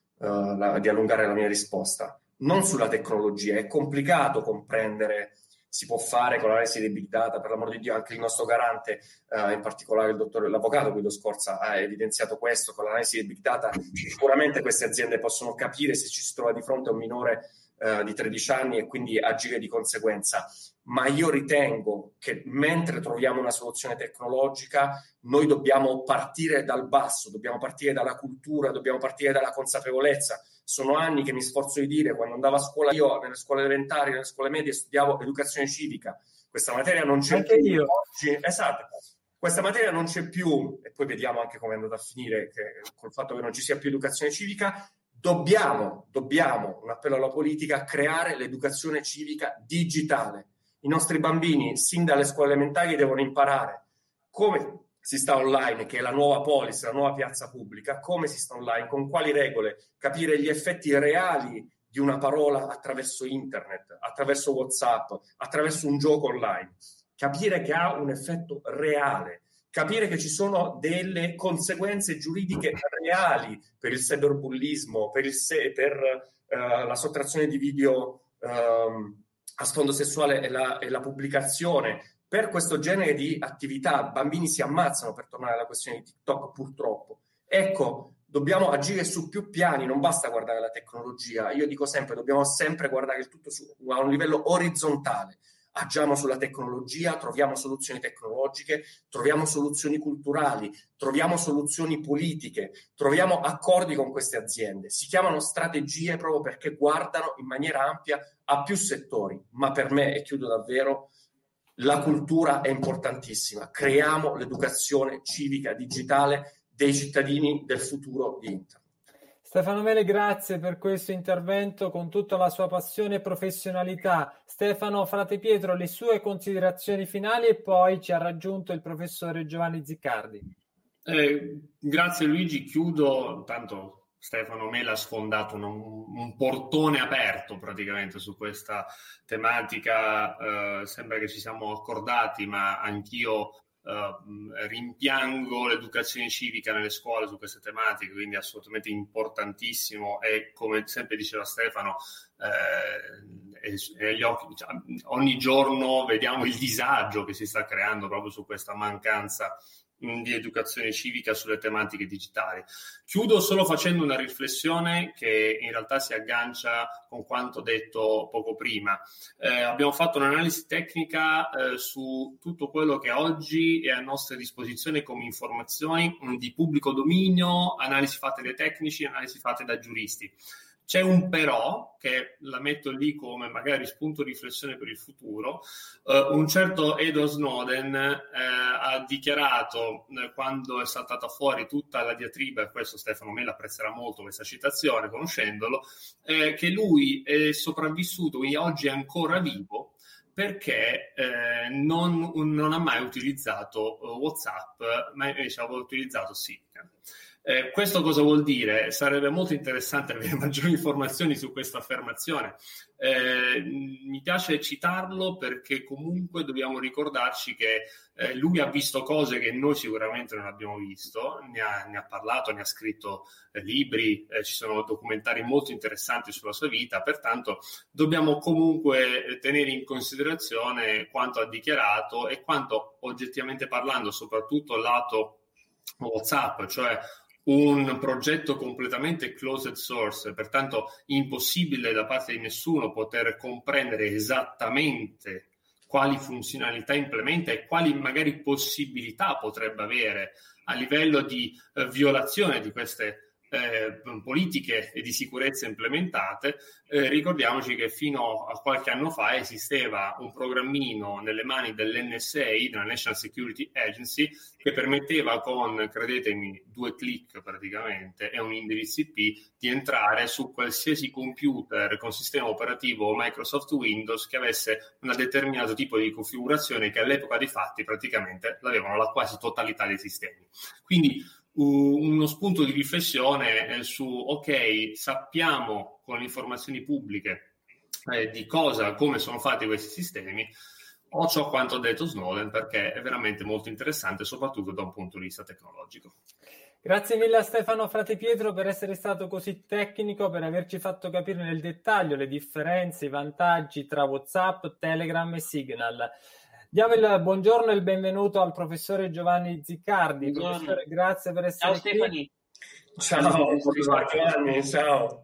S2: di allungare la mia risposta? Non sulla tecnologia, è complicato comprendere, si può fare con l'analisi dei big data, per l'amor di Dio, anche il nostro garante, in particolare l'avvocato Guido Scorza ha evidenziato questo, con l'analisi dei big data sicuramente queste aziende possono capire se ci si trova di fronte a un minore di 13 anni e quindi agire di conseguenza. Ma io ritengo che mentre troviamo una soluzione tecnologica, noi dobbiamo partire dal basso, dobbiamo partire dalla cultura, dobbiamo partire dalla consapevolezza. Sono anni che mi sforzo di dire, quando andavo a scuola io, nelle scuole elementari, nelle scuole medie, studiavo educazione civica. Questa materia non c'è
S1: anche
S2: più.
S1: Io.
S2: Oggi, esatto. Questa materia non c'è più, e poi vediamo anche come è andata a finire, che col fatto che non ci sia più educazione civica, dobbiamo, un appello alla politica, creare l'educazione civica digitale. I nostri bambini, sin dalle scuole elementari, devono imparare come si sta online, che è la nuova polis, la nuova piazza pubblica, come si sta online, con quali regole, capire gli effetti reali di una parola attraverso internet, attraverso WhatsApp, attraverso un gioco online, capire che ha un effetto reale, capire che ci sono delle conseguenze giuridiche reali per il cyberbullismo, per la sottrazione di video a sfondo sessuale e la pubblicazione. Per questo genere di attività bambini si ammazzano, per tornare alla questione di TikTok, purtroppo. Ecco, dobbiamo agire su più piani, non basta guardare la tecnologia. Io dico sempre, dobbiamo sempre guardare il tutto a un livello orizzontale. Agiamo sulla tecnologia, troviamo soluzioni tecnologiche, troviamo soluzioni culturali, troviamo soluzioni politiche, troviamo accordi con queste aziende. Si chiamano strategie proprio perché guardano in maniera ampia a più settori. Ma per me, e chiudo davvero, la cultura è importantissima. Creiamo l'educazione civica digitale dei cittadini del futuro di Internet.
S1: Stefano Mele, grazie per questo intervento con tutta la sua passione e professionalità. Stefano Frate Pietro, le sue considerazioni finali e poi ci ha raggiunto il professore Giovanni Ziccardi.
S3: Grazie Luigi, chiudo, tanto Stefano Mela ha sfondato un portone aperto praticamente su questa tematica, sembra che ci siamo accordati, ma anch'io rimpiango l'educazione civica nelle scuole su queste tematiche, quindi è assolutamente importantissimo e, come sempre diceva Stefano, gli occhi, cioè, ogni giorno vediamo il disagio che si sta creando proprio su questa mancanza di educazione civica sulle tematiche digitali. Chiudo solo facendo una riflessione che in realtà si aggancia con quanto detto poco prima. Abbiamo fatto un'analisi tecnica su tutto quello che oggi è a nostra disposizione come informazioni di pubblico dominio, analisi fatte dai tecnici, analisi fatte da giuristi. C'è un però, che la metto lì come magari spunto di riflessione per il futuro. Un certo Edward Snowden ha dichiarato, quando è saltata fuori tutta la diatriba, e questo Stefano Mela apprezzerà molto questa citazione, conoscendolo, che lui è sopravvissuto e oggi è ancora vivo perché non ha mai utilizzato WhatsApp, ma invece aveva utilizzato Signal. Questo cosa vuol dire? Sarebbe molto interessante avere maggiori informazioni su questa affermazione. Mi piace citarlo perché comunque dobbiamo ricordarci che lui ha visto cose che noi sicuramente non abbiamo visto, ne ha parlato, ne ha scritto libri, ci sono documentari molto interessanti sulla sua vita, pertanto dobbiamo comunque tenere in considerazione quanto ha dichiarato e quanto, oggettivamente parlando, soprattutto lato WhatsApp, cioè un progetto completamente closed source, pertanto impossibile da parte di nessuno poter comprendere esattamente quali funzionalità implementa e quali magari possibilità potrebbe avere a livello di violazione di queste politiche e di sicurezza implementate. Ricordiamoci che fino a qualche anno fa esisteva un programmino nelle mani dell'NSA, della National Security Agency, che permetteva con, credetemi, 2 clic praticamente e un indirizzo IP di entrare su qualsiasi computer con sistema operativo Microsoft Windows che avesse un determinato tipo di configurazione, che all'epoca dei fatti praticamente l'avevano la quasi totalità dei sistemi. Quindi uno spunto di riflessione su, ok, sappiamo con le informazioni pubbliche di come sono fatti questi sistemi, o ciò quanto ha detto Snowden, perché è veramente molto interessante, soprattutto da un punto di vista tecnologico.
S1: Grazie mille a Stefano Frate Pietro per essere stato così tecnico, per averci fatto capire nel dettaglio le differenze, i vantaggi tra WhatsApp, Telegram e Signal. Diamo il buongiorno e il benvenuto al professore Giovanni Ziccardi.
S4: Buongiorno.
S1: Professore, grazie per essere
S4: Ciao Stefani.
S2: Ciao Giovanni, ciao.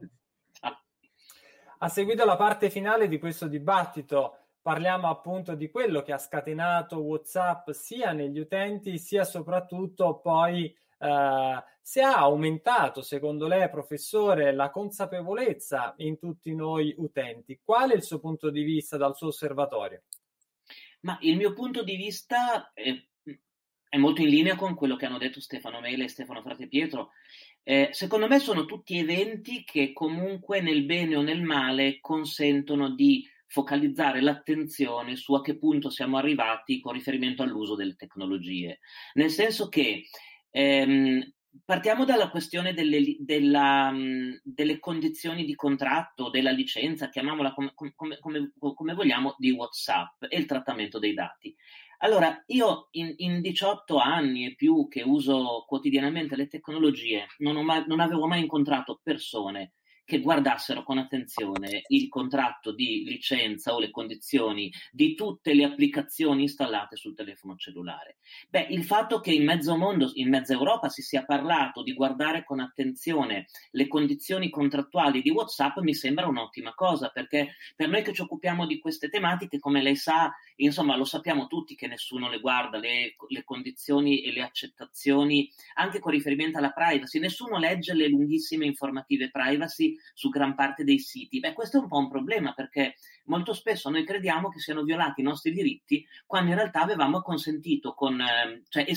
S1: Ha seguito la parte finale di questo dibattito. Parliamo appunto di quello che ha scatenato WhatsApp sia negli utenti sia soprattutto poi se ha aumentato, secondo lei, professore, la consapevolezza in tutti noi utenti. Qual è il suo punto di vista dal suo osservatorio?
S4: Ma il mio punto di vista è molto in linea con quello che hanno detto Stefano Mela e Stefano Frate Pietro. Secondo me sono tutti eventi che comunque nel bene o nel male consentono di focalizzare l'attenzione su a che punto siamo arrivati con riferimento all'uso delle tecnologie. Nel senso che partiamo dalla questione delle condizioni di contratto, della licenza, chiamiamola come vogliamo, di WhatsApp e il trattamento dei dati. Allora, io in 18 anni e più che uso quotidianamente le tecnologie, non avevo mai incontrato persone che guardassero con attenzione il contratto di licenza o le condizioni di tutte le applicazioni installate sul telefono cellulare. Beh, il fatto che in mezzo mondo, in mezza Europa si sia parlato di guardare con attenzione le condizioni contrattuali di WhatsApp mi sembra un'ottima cosa, perché per noi che ci occupiamo di queste tematiche, come lei sa, insomma, lo sappiamo tutti che nessuno le guarda, le condizioni e le accettazioni, anche con riferimento alla privacy. Nessuno legge le lunghissime informative privacy su gran parte dei siti. Beh, questo è un po' un problema, perché molto spesso noi crediamo che siano violati i nostri diritti quando in realtà avevamo consentito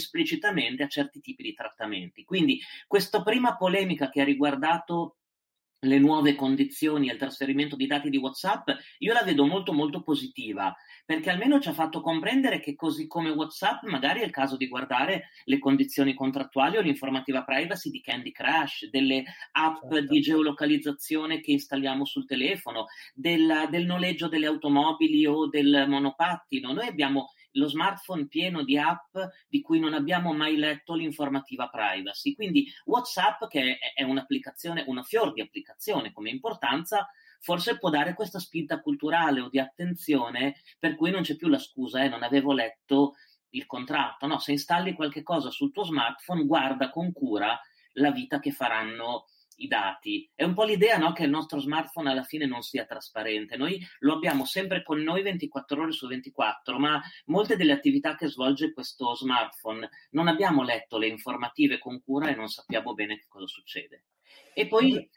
S4: esplicitamente a certi tipi di trattamenti. Quindi questa prima polemica che ha riguardato le nuove condizioni e il trasferimento di dati di WhatsApp, io la vedo molto molto positiva, perché almeno ci ha fatto comprendere che così come WhatsApp magari è il caso di guardare le condizioni contrattuali o l'informativa privacy di Candy Crush, delle app di geolocalizzazione che installiamo sul telefono, del noleggio delle automobili o del monopattino. Noi abbiamo lo smartphone pieno di app di cui non abbiamo mai letto l'informativa privacy. Quindi WhatsApp, che è un'applicazione, una fior di applicazione come importanza, forse può dare questa spinta culturale o di attenzione per cui non c'è più la scusa, non avevo letto il contratto. No, se installi qualche cosa sul tuo smartphone, guarda con cura la vita che faranno i dati. È un po' l'idea, no, che il nostro smartphone alla fine non sia trasparente. Noi lo abbiamo sempre con noi 24 ore su 24, ma molte delle attività che svolge questo smartphone non abbiamo letto le informative con cura e non sappiamo bene che cosa succede. E poi...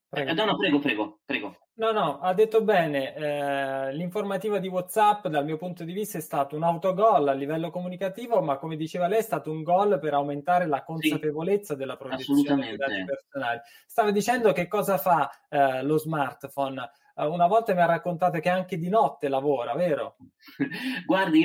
S4: Prego.
S1: No, ha detto bene. L'informativa di WhatsApp dal mio punto di vista è stato un autogol a livello comunicativo, ma come diceva lei è stato un gol per aumentare la consapevolezza della protezione dei dati personali. Stava dicendo che cosa fa lo smartphone. Una volta mi ha raccontato che anche di notte lavora, vero?
S4: Guardi,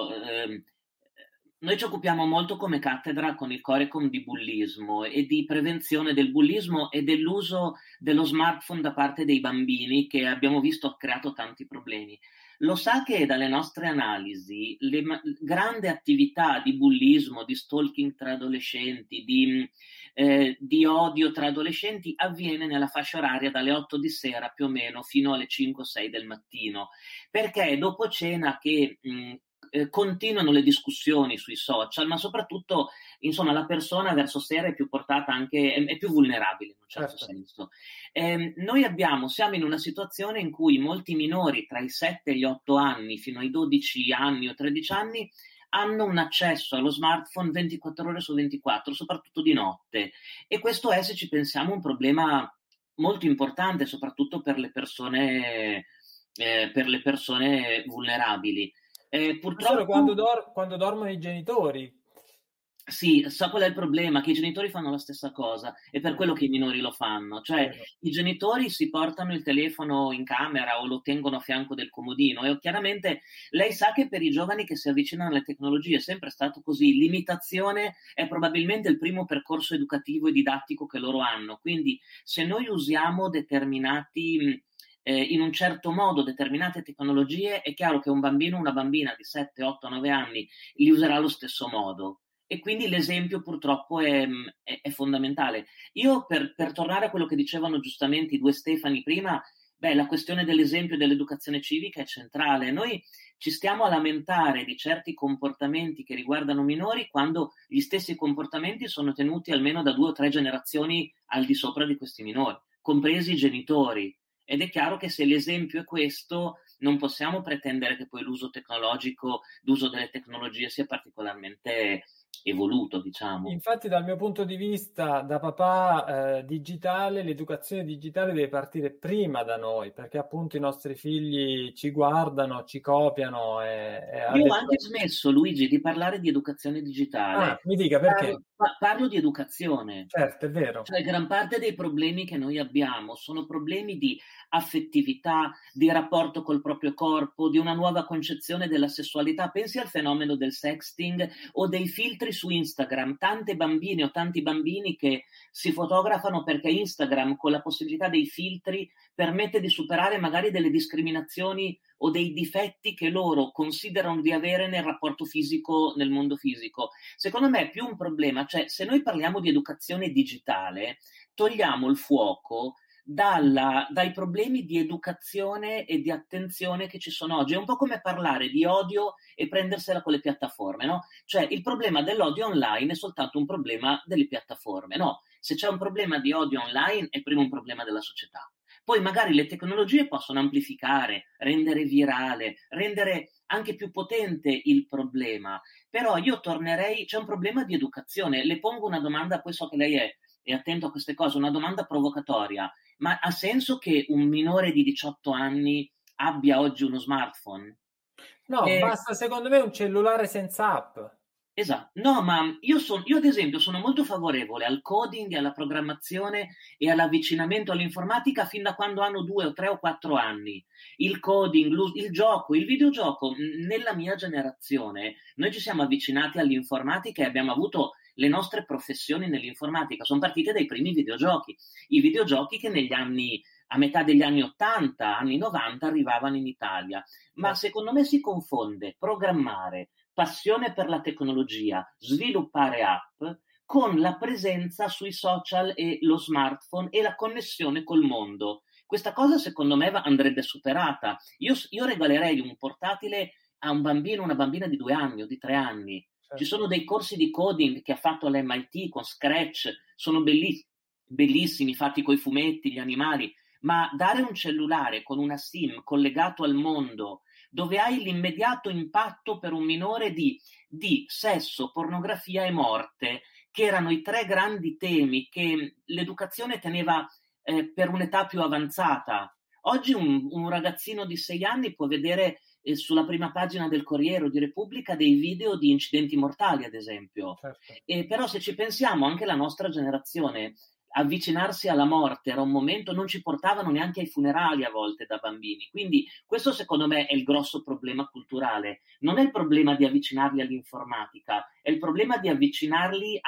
S4: noi ci occupiamo molto come cattedra con il Corecom di bullismo e di prevenzione del bullismo e dell'uso dello smartphone da parte dei bambini, che abbiamo visto ha creato tanti problemi. Lo sa che dalle nostre analisi le grande attività di bullismo, di stalking tra adolescenti, di odio tra adolescenti avviene nella fascia oraria dalle 8 di sera più o meno fino alle 5 o 6 del mattino, perché è dopo cena che continuano le discussioni sui social, ma soprattutto, insomma, la persona verso sera è più portata anche, è più vulnerabile in un certo senso. Noi siamo in una situazione in cui molti minori tra i 7 e gli 8 anni fino ai 12 anni o 13 anni hanno un accesso allo smartphone 24 ore su 24, soprattutto di notte. E questo è, se ci pensiamo, un problema molto importante, soprattutto per le persone vulnerabili.
S1: Purtroppo quando dormono i genitori.
S4: Sì, sa qual è il problema? Che i genitori fanno la stessa cosa, è per quello che i minori lo fanno, cioè i genitori si portano il telefono in camera o lo tengono a fianco del comodino e chiaramente lei sa che per i giovani che si avvicinano alle tecnologie è sempre stato così, l'imitazione è probabilmente il primo percorso educativo e didattico che loro hanno, quindi se noi usiamo in un certo modo determinate tecnologie, è chiaro che un bambino o una bambina di 7, 8, 9 anni li userà allo stesso modo. E quindi l'esempio purtroppo è fondamentale. Io per tornare a quello che dicevano giustamente i due Stefani prima, la questione dell'esempio e dell'educazione civica è centrale. Noi ci stiamo a lamentare di certi comportamenti che riguardano minori quando gli stessi comportamenti sono tenuti almeno da 2 o 3 generazioni al di sopra di questi minori, compresi i genitori. Ed è chiaro che se l'esempio è questo, non possiamo pretendere che poi l'uso tecnologico, l'uso delle tecnologie sia particolarmente evoluto, diciamo.
S1: Infatti, dal mio punto di vista, da papà digitale, l'educazione digitale deve partire prima da noi, perché appunto i nostri figli ci guardano, ci copiano.
S4: Io ho anche smesso, Luigi, di parlare di educazione digitale.
S1: Mi dica perché.
S4: Parlo di educazione.
S1: Certo, è vero.
S4: Cioè, gran parte dei problemi che noi abbiamo sono problemi di affettività, di rapporto col proprio corpo, di una nuova concezione della sessualità. Pensi al fenomeno del sexting o dei filtri su Instagram. Tante bambine o tanti bambini che si fotografano perché Instagram, con la possibilità dei filtri, permette di superare magari delle discriminazioni o dei difetti che loro considerano di avere nel rapporto fisico, nel mondo fisico. Secondo me è più un problema, cioè se noi parliamo di educazione digitale, togliamo il fuoco dai problemi di educazione e di attenzione che ci sono oggi. È un po' come parlare di odio e prendersela con le piattaforme, no? Cioè il problema dell'odio online è soltanto un problema delle piattaforme, no? Se c'è un problema di odio online è prima un problema della società. Poi magari le tecnologie possono amplificare, rendere virale, rendere anche più potente il problema. Però io tornerei, c'è un problema di educazione. Le pongo una domanda, poi so che lei è attento a queste cose, una domanda provocatoria. Ma ha senso che un minore di 18 anni abbia oggi uno smartphone?
S1: No, basta secondo me un cellulare senza app.
S4: Esatto, no, ma io ad esempio sono molto favorevole al coding, alla programmazione e all'avvicinamento all'informatica fin da quando hanno 2 o 3 o 4 anni. Il coding, il gioco, il videogioco, nella mia generazione noi ci siamo avvicinati all'informatica e abbiamo avuto le nostre professioni nell'informatica, sono partite dai primi videogiochi, i videogiochi che a metà degli anni 80, anni 90 arrivavano in Italia, ma secondo me si confonde programmare, passione per la tecnologia, sviluppare app con la presenza sui social e lo smartphone e la connessione col mondo. Questa cosa secondo me andrebbe superata. Io regalerei un portatile a un bambino, una bambina di 2 anni o di 3 anni. Certo. Ci sono dei corsi di coding che ha fatto all'MIT con Scratch, sono bellissimi, fatti coi fumetti, gli animali, ma dare un cellulare con una SIM collegato al mondo, dove hai l'immediato impatto per un minore di sesso, pornografia e morte, che erano i 3 grandi temi che l'educazione teneva per un'età più avanzata. Oggi un ragazzino di 6 anni può vedere sulla prima pagina del Corriere o di Repubblica dei video di incidenti mortali, ad esempio. Certo. Però se ci pensiamo, anche la nostra generazione, avvicinarsi alla morte era un momento, non ci portavano neanche ai funerali a volte da bambini, quindi questo secondo me è il grosso problema culturale, non è il problema di avvicinarli all'informatica, è il problema di avvicinarli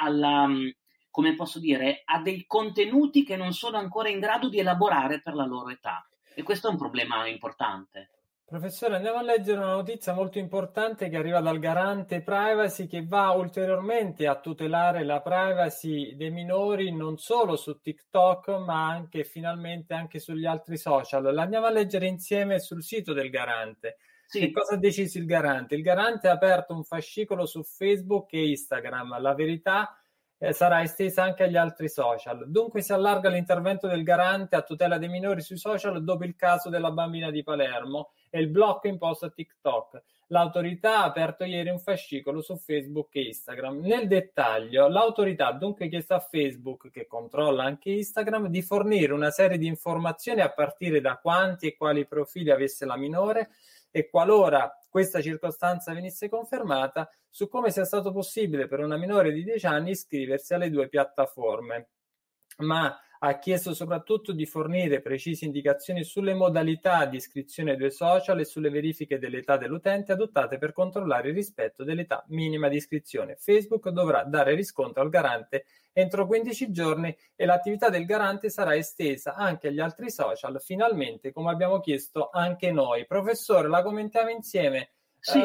S4: come posso dire, a dei contenuti che non sono ancora in grado di elaborare per la loro età, e questo è un problema importante.
S1: Professore, andiamo a leggere una notizia molto importante che arriva dal Garante Privacy, che va ulteriormente a tutelare la privacy dei minori non solo su TikTok ma anche finalmente anche sugli altri social. L'andiamo a leggere insieme sul sito del Garante. Sì. Che cosa ha deciso il Garante? Il Garante ha aperto un fascicolo su Facebook e Instagram. La verità sarà estesa anche agli altri social. Dunque si allarga l'intervento del Garante a tutela dei minori sui social dopo il caso della bambina di Palermo e il blocco imposto a TikTok. L'autorità ha aperto ieri un fascicolo su Facebook e Instagram. Nel dettaglio, l'autorità ha dunque chiesto a Facebook, che controlla anche Instagram, di fornire una serie di informazioni a partire da quanti e quali profili avesse la minore e, qualora questa circostanza venisse confermata, su come sia stato possibile per una minore di 10 anni iscriversi alle 2 piattaforme. Ma ha chiesto soprattutto di fornire precise indicazioni sulle modalità di iscrizione ai 2 social e sulle verifiche dell'età dell'utente adottate per controllare il rispetto dell'età minima di iscrizione. Facebook dovrà dare riscontro al Garante entro 15 giorni e l'attività del Garante sarà estesa anche agli altri social, finalmente, come abbiamo chiesto anche noi. Professore, la commentiamo insieme?
S4: Sì.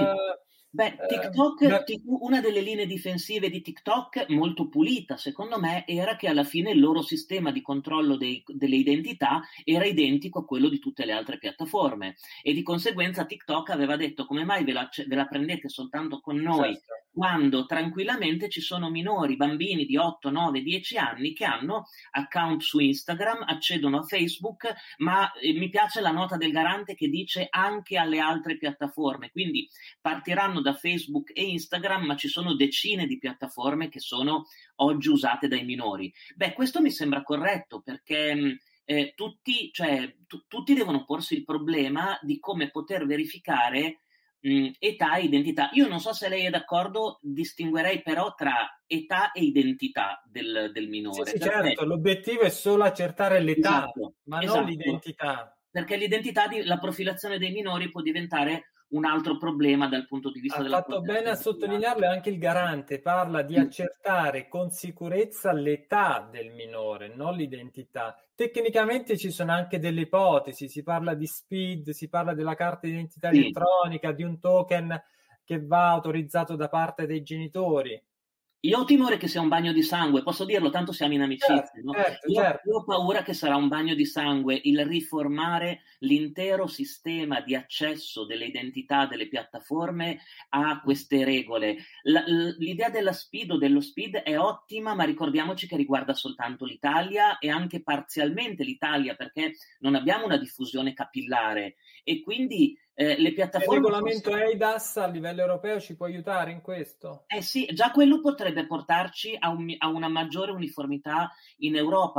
S4: TikTok, una delle linee difensive di TikTok, molto pulita secondo me, era che alla fine il loro sistema di controllo delle identità era identico a quello di tutte le altre piattaforme e di conseguenza TikTok aveva detto: come mai ve la prendete soltanto con noi? Certo. Quando tranquillamente ci sono minori, bambini di 8, 9, 10 anni che hanno account su Instagram, accedono a Facebook, ma mi piace la nota del Garante che dice anche alle altre piattaforme, quindi partiranno da Facebook e Instagram, ma ci sono decine di piattaforme che sono oggi usate dai minori. Questo mi sembra corretto, perché tutti devono porsi il problema di come poter verificare età e identità. Io non so se lei è d'accordo, distinguerei però tra età e identità del minore.
S1: Sì, certo, l'obiettivo è solo accertare l'età, ma non l'identità.
S4: Perché l'identità, la profilazione dei minori può diventare un altro problema dal punto di vista della
S1: protezione. Ha fatto bene a sottolinearlo, anche il Garante parla di accertare con sicurezza l'età del minore, non l'identità. Tecnicamente ci sono anche delle ipotesi, si parla di SPID, si parla della carta d'identità elettronica, di un token che va autorizzato da parte dei genitori.
S4: Io ho timore che sia un bagno di sangue, posso dirlo, tanto siamo in amicizia.
S1: Certo,
S4: no?
S1: certo.
S4: Io ho paura che sarà un bagno di sangue il riformare l'intero sistema di accesso delle identità delle piattaforme a queste regole. L'idea della SPID o dello SPID è ottima, ma ricordiamoci che riguarda soltanto l'Italia e anche parzialmente l'Italia, perché non abbiamo una diffusione capillare e quindi le piattaforme.
S1: Il regolamento eIDAS a livello europeo ci può aiutare in questo?
S4: Sì, già quello potrebbe portarci a una maggiore uniformità in Europa.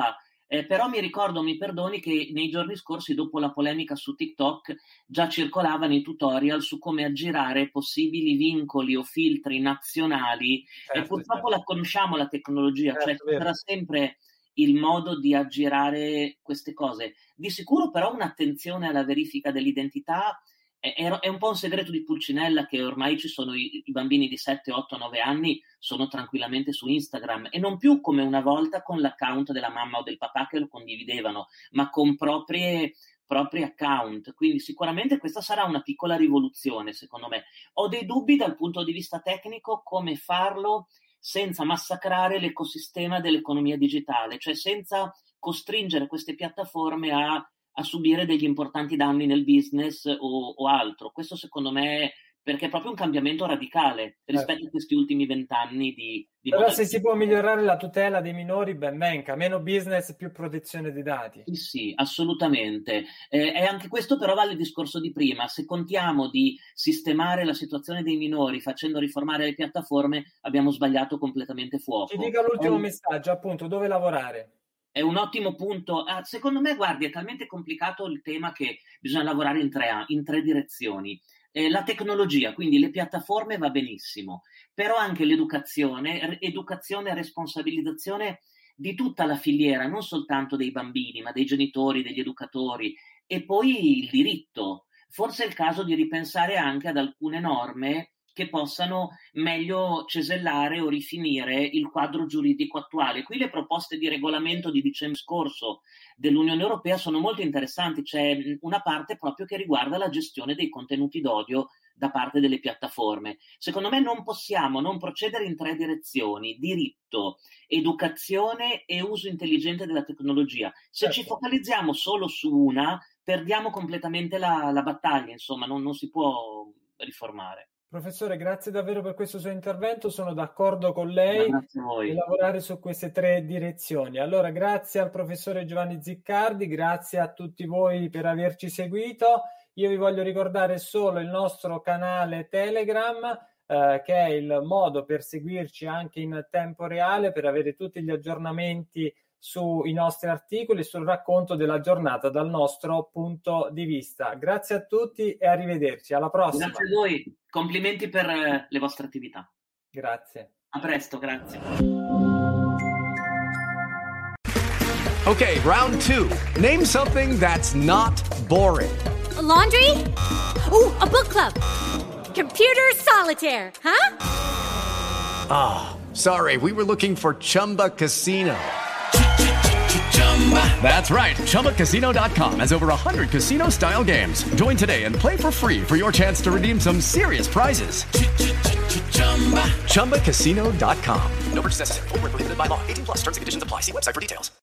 S4: Però mi ricordo, mi perdoni, che nei giorni scorsi, dopo la polemica su TikTok, già circolavano i tutorial su come aggirare possibili vincoli o filtri nazionali, e purtroppo la conosciamo la tecnologia, cioè sarà sempre il modo di aggirare queste cose. Di sicuro però un'attenzione alla verifica dell'identità è un po' un segreto di Pulcinella, che ormai ci sono i bambini di 7, 8, 9 anni sono tranquillamente su Instagram, e non più come una volta con l'account della mamma o del papà che lo condividevano, ma con propri account. Quindi sicuramente questa sarà una piccola rivoluzione, secondo me. Ho dei dubbi dal punto di vista tecnico come farlo senza massacrare l'ecosistema dell'economia digitale, cioè senza costringere queste piattaforme a subire degli importanti danni nel business o altro. Questo secondo me, perché è proprio un cambiamento radicale rispetto a questi ultimi 20 anni di
S1: Però se si può migliorare la tutela dei minori, ben venga, meno business, più protezione dei dati.
S4: Sì, assolutamente. E anche questo però vale il discorso di prima. Se contiamo di sistemare la situazione dei minori facendo riformare le piattaforme, abbiamo sbagliato completamente fuoco.
S1: Ci dica l'ultimo messaggio, appunto, dove lavorare?
S4: È un ottimo punto. Secondo me, guardi, è talmente complicato il tema che bisogna lavorare in tre direzioni. La tecnologia, quindi le piattaforme, va benissimo, però anche l'educazione e responsabilizzazione di tutta la filiera, non soltanto dei bambini, ma dei genitori, degli educatori, e poi il diritto. Forse è il caso di ripensare anche ad alcune norme che possano meglio cesellare o rifinire il quadro giuridico attuale. Qui le proposte di regolamento di dicembre scorso dell'Unione Europea sono molto interessanti. C'è una parte proprio che riguarda la gestione dei contenuti d'odio da parte delle piattaforme. Secondo me non possiamo non procedere in tre direzioni: diritto, educazione e uso intelligente della tecnologia. Se ci focalizziamo solo su una, perdiamo completamente la battaglia, insomma, non si può riformare.
S1: Professore, grazie davvero per questo suo intervento, sono d'accordo con lei di lavorare su queste tre direzioni. Allora, grazie al professore Giovanni Ziccardi, grazie a tutti voi per averci seguito. Io vi voglio ricordare solo il nostro canale Telegram, che è il modo per seguirci anche in tempo reale, per avere tutti gli aggiornamenti sui nostri articoli, sul racconto della giornata dal nostro punto di vista. Grazie a tutti e arrivederci, alla prossima.
S4: Grazie a voi, complimenti per le vostre attività.
S1: Grazie.
S4: A presto, grazie.
S5: Okay, round 2. Name something that's not boring.
S6: A laundry? Ooh, a book club. Computer solitaire, huh?
S5: Ah, sorry, we were looking for Chumba Casino. That's right. ChumbaCasino.com has over 100 casino-style games. Join today and play for free for your chance to redeem some serious prizes. ChumbaCasino.com. No purchase necessary. Void where prohibited by law. 18+ terms and conditions apply. See website for details.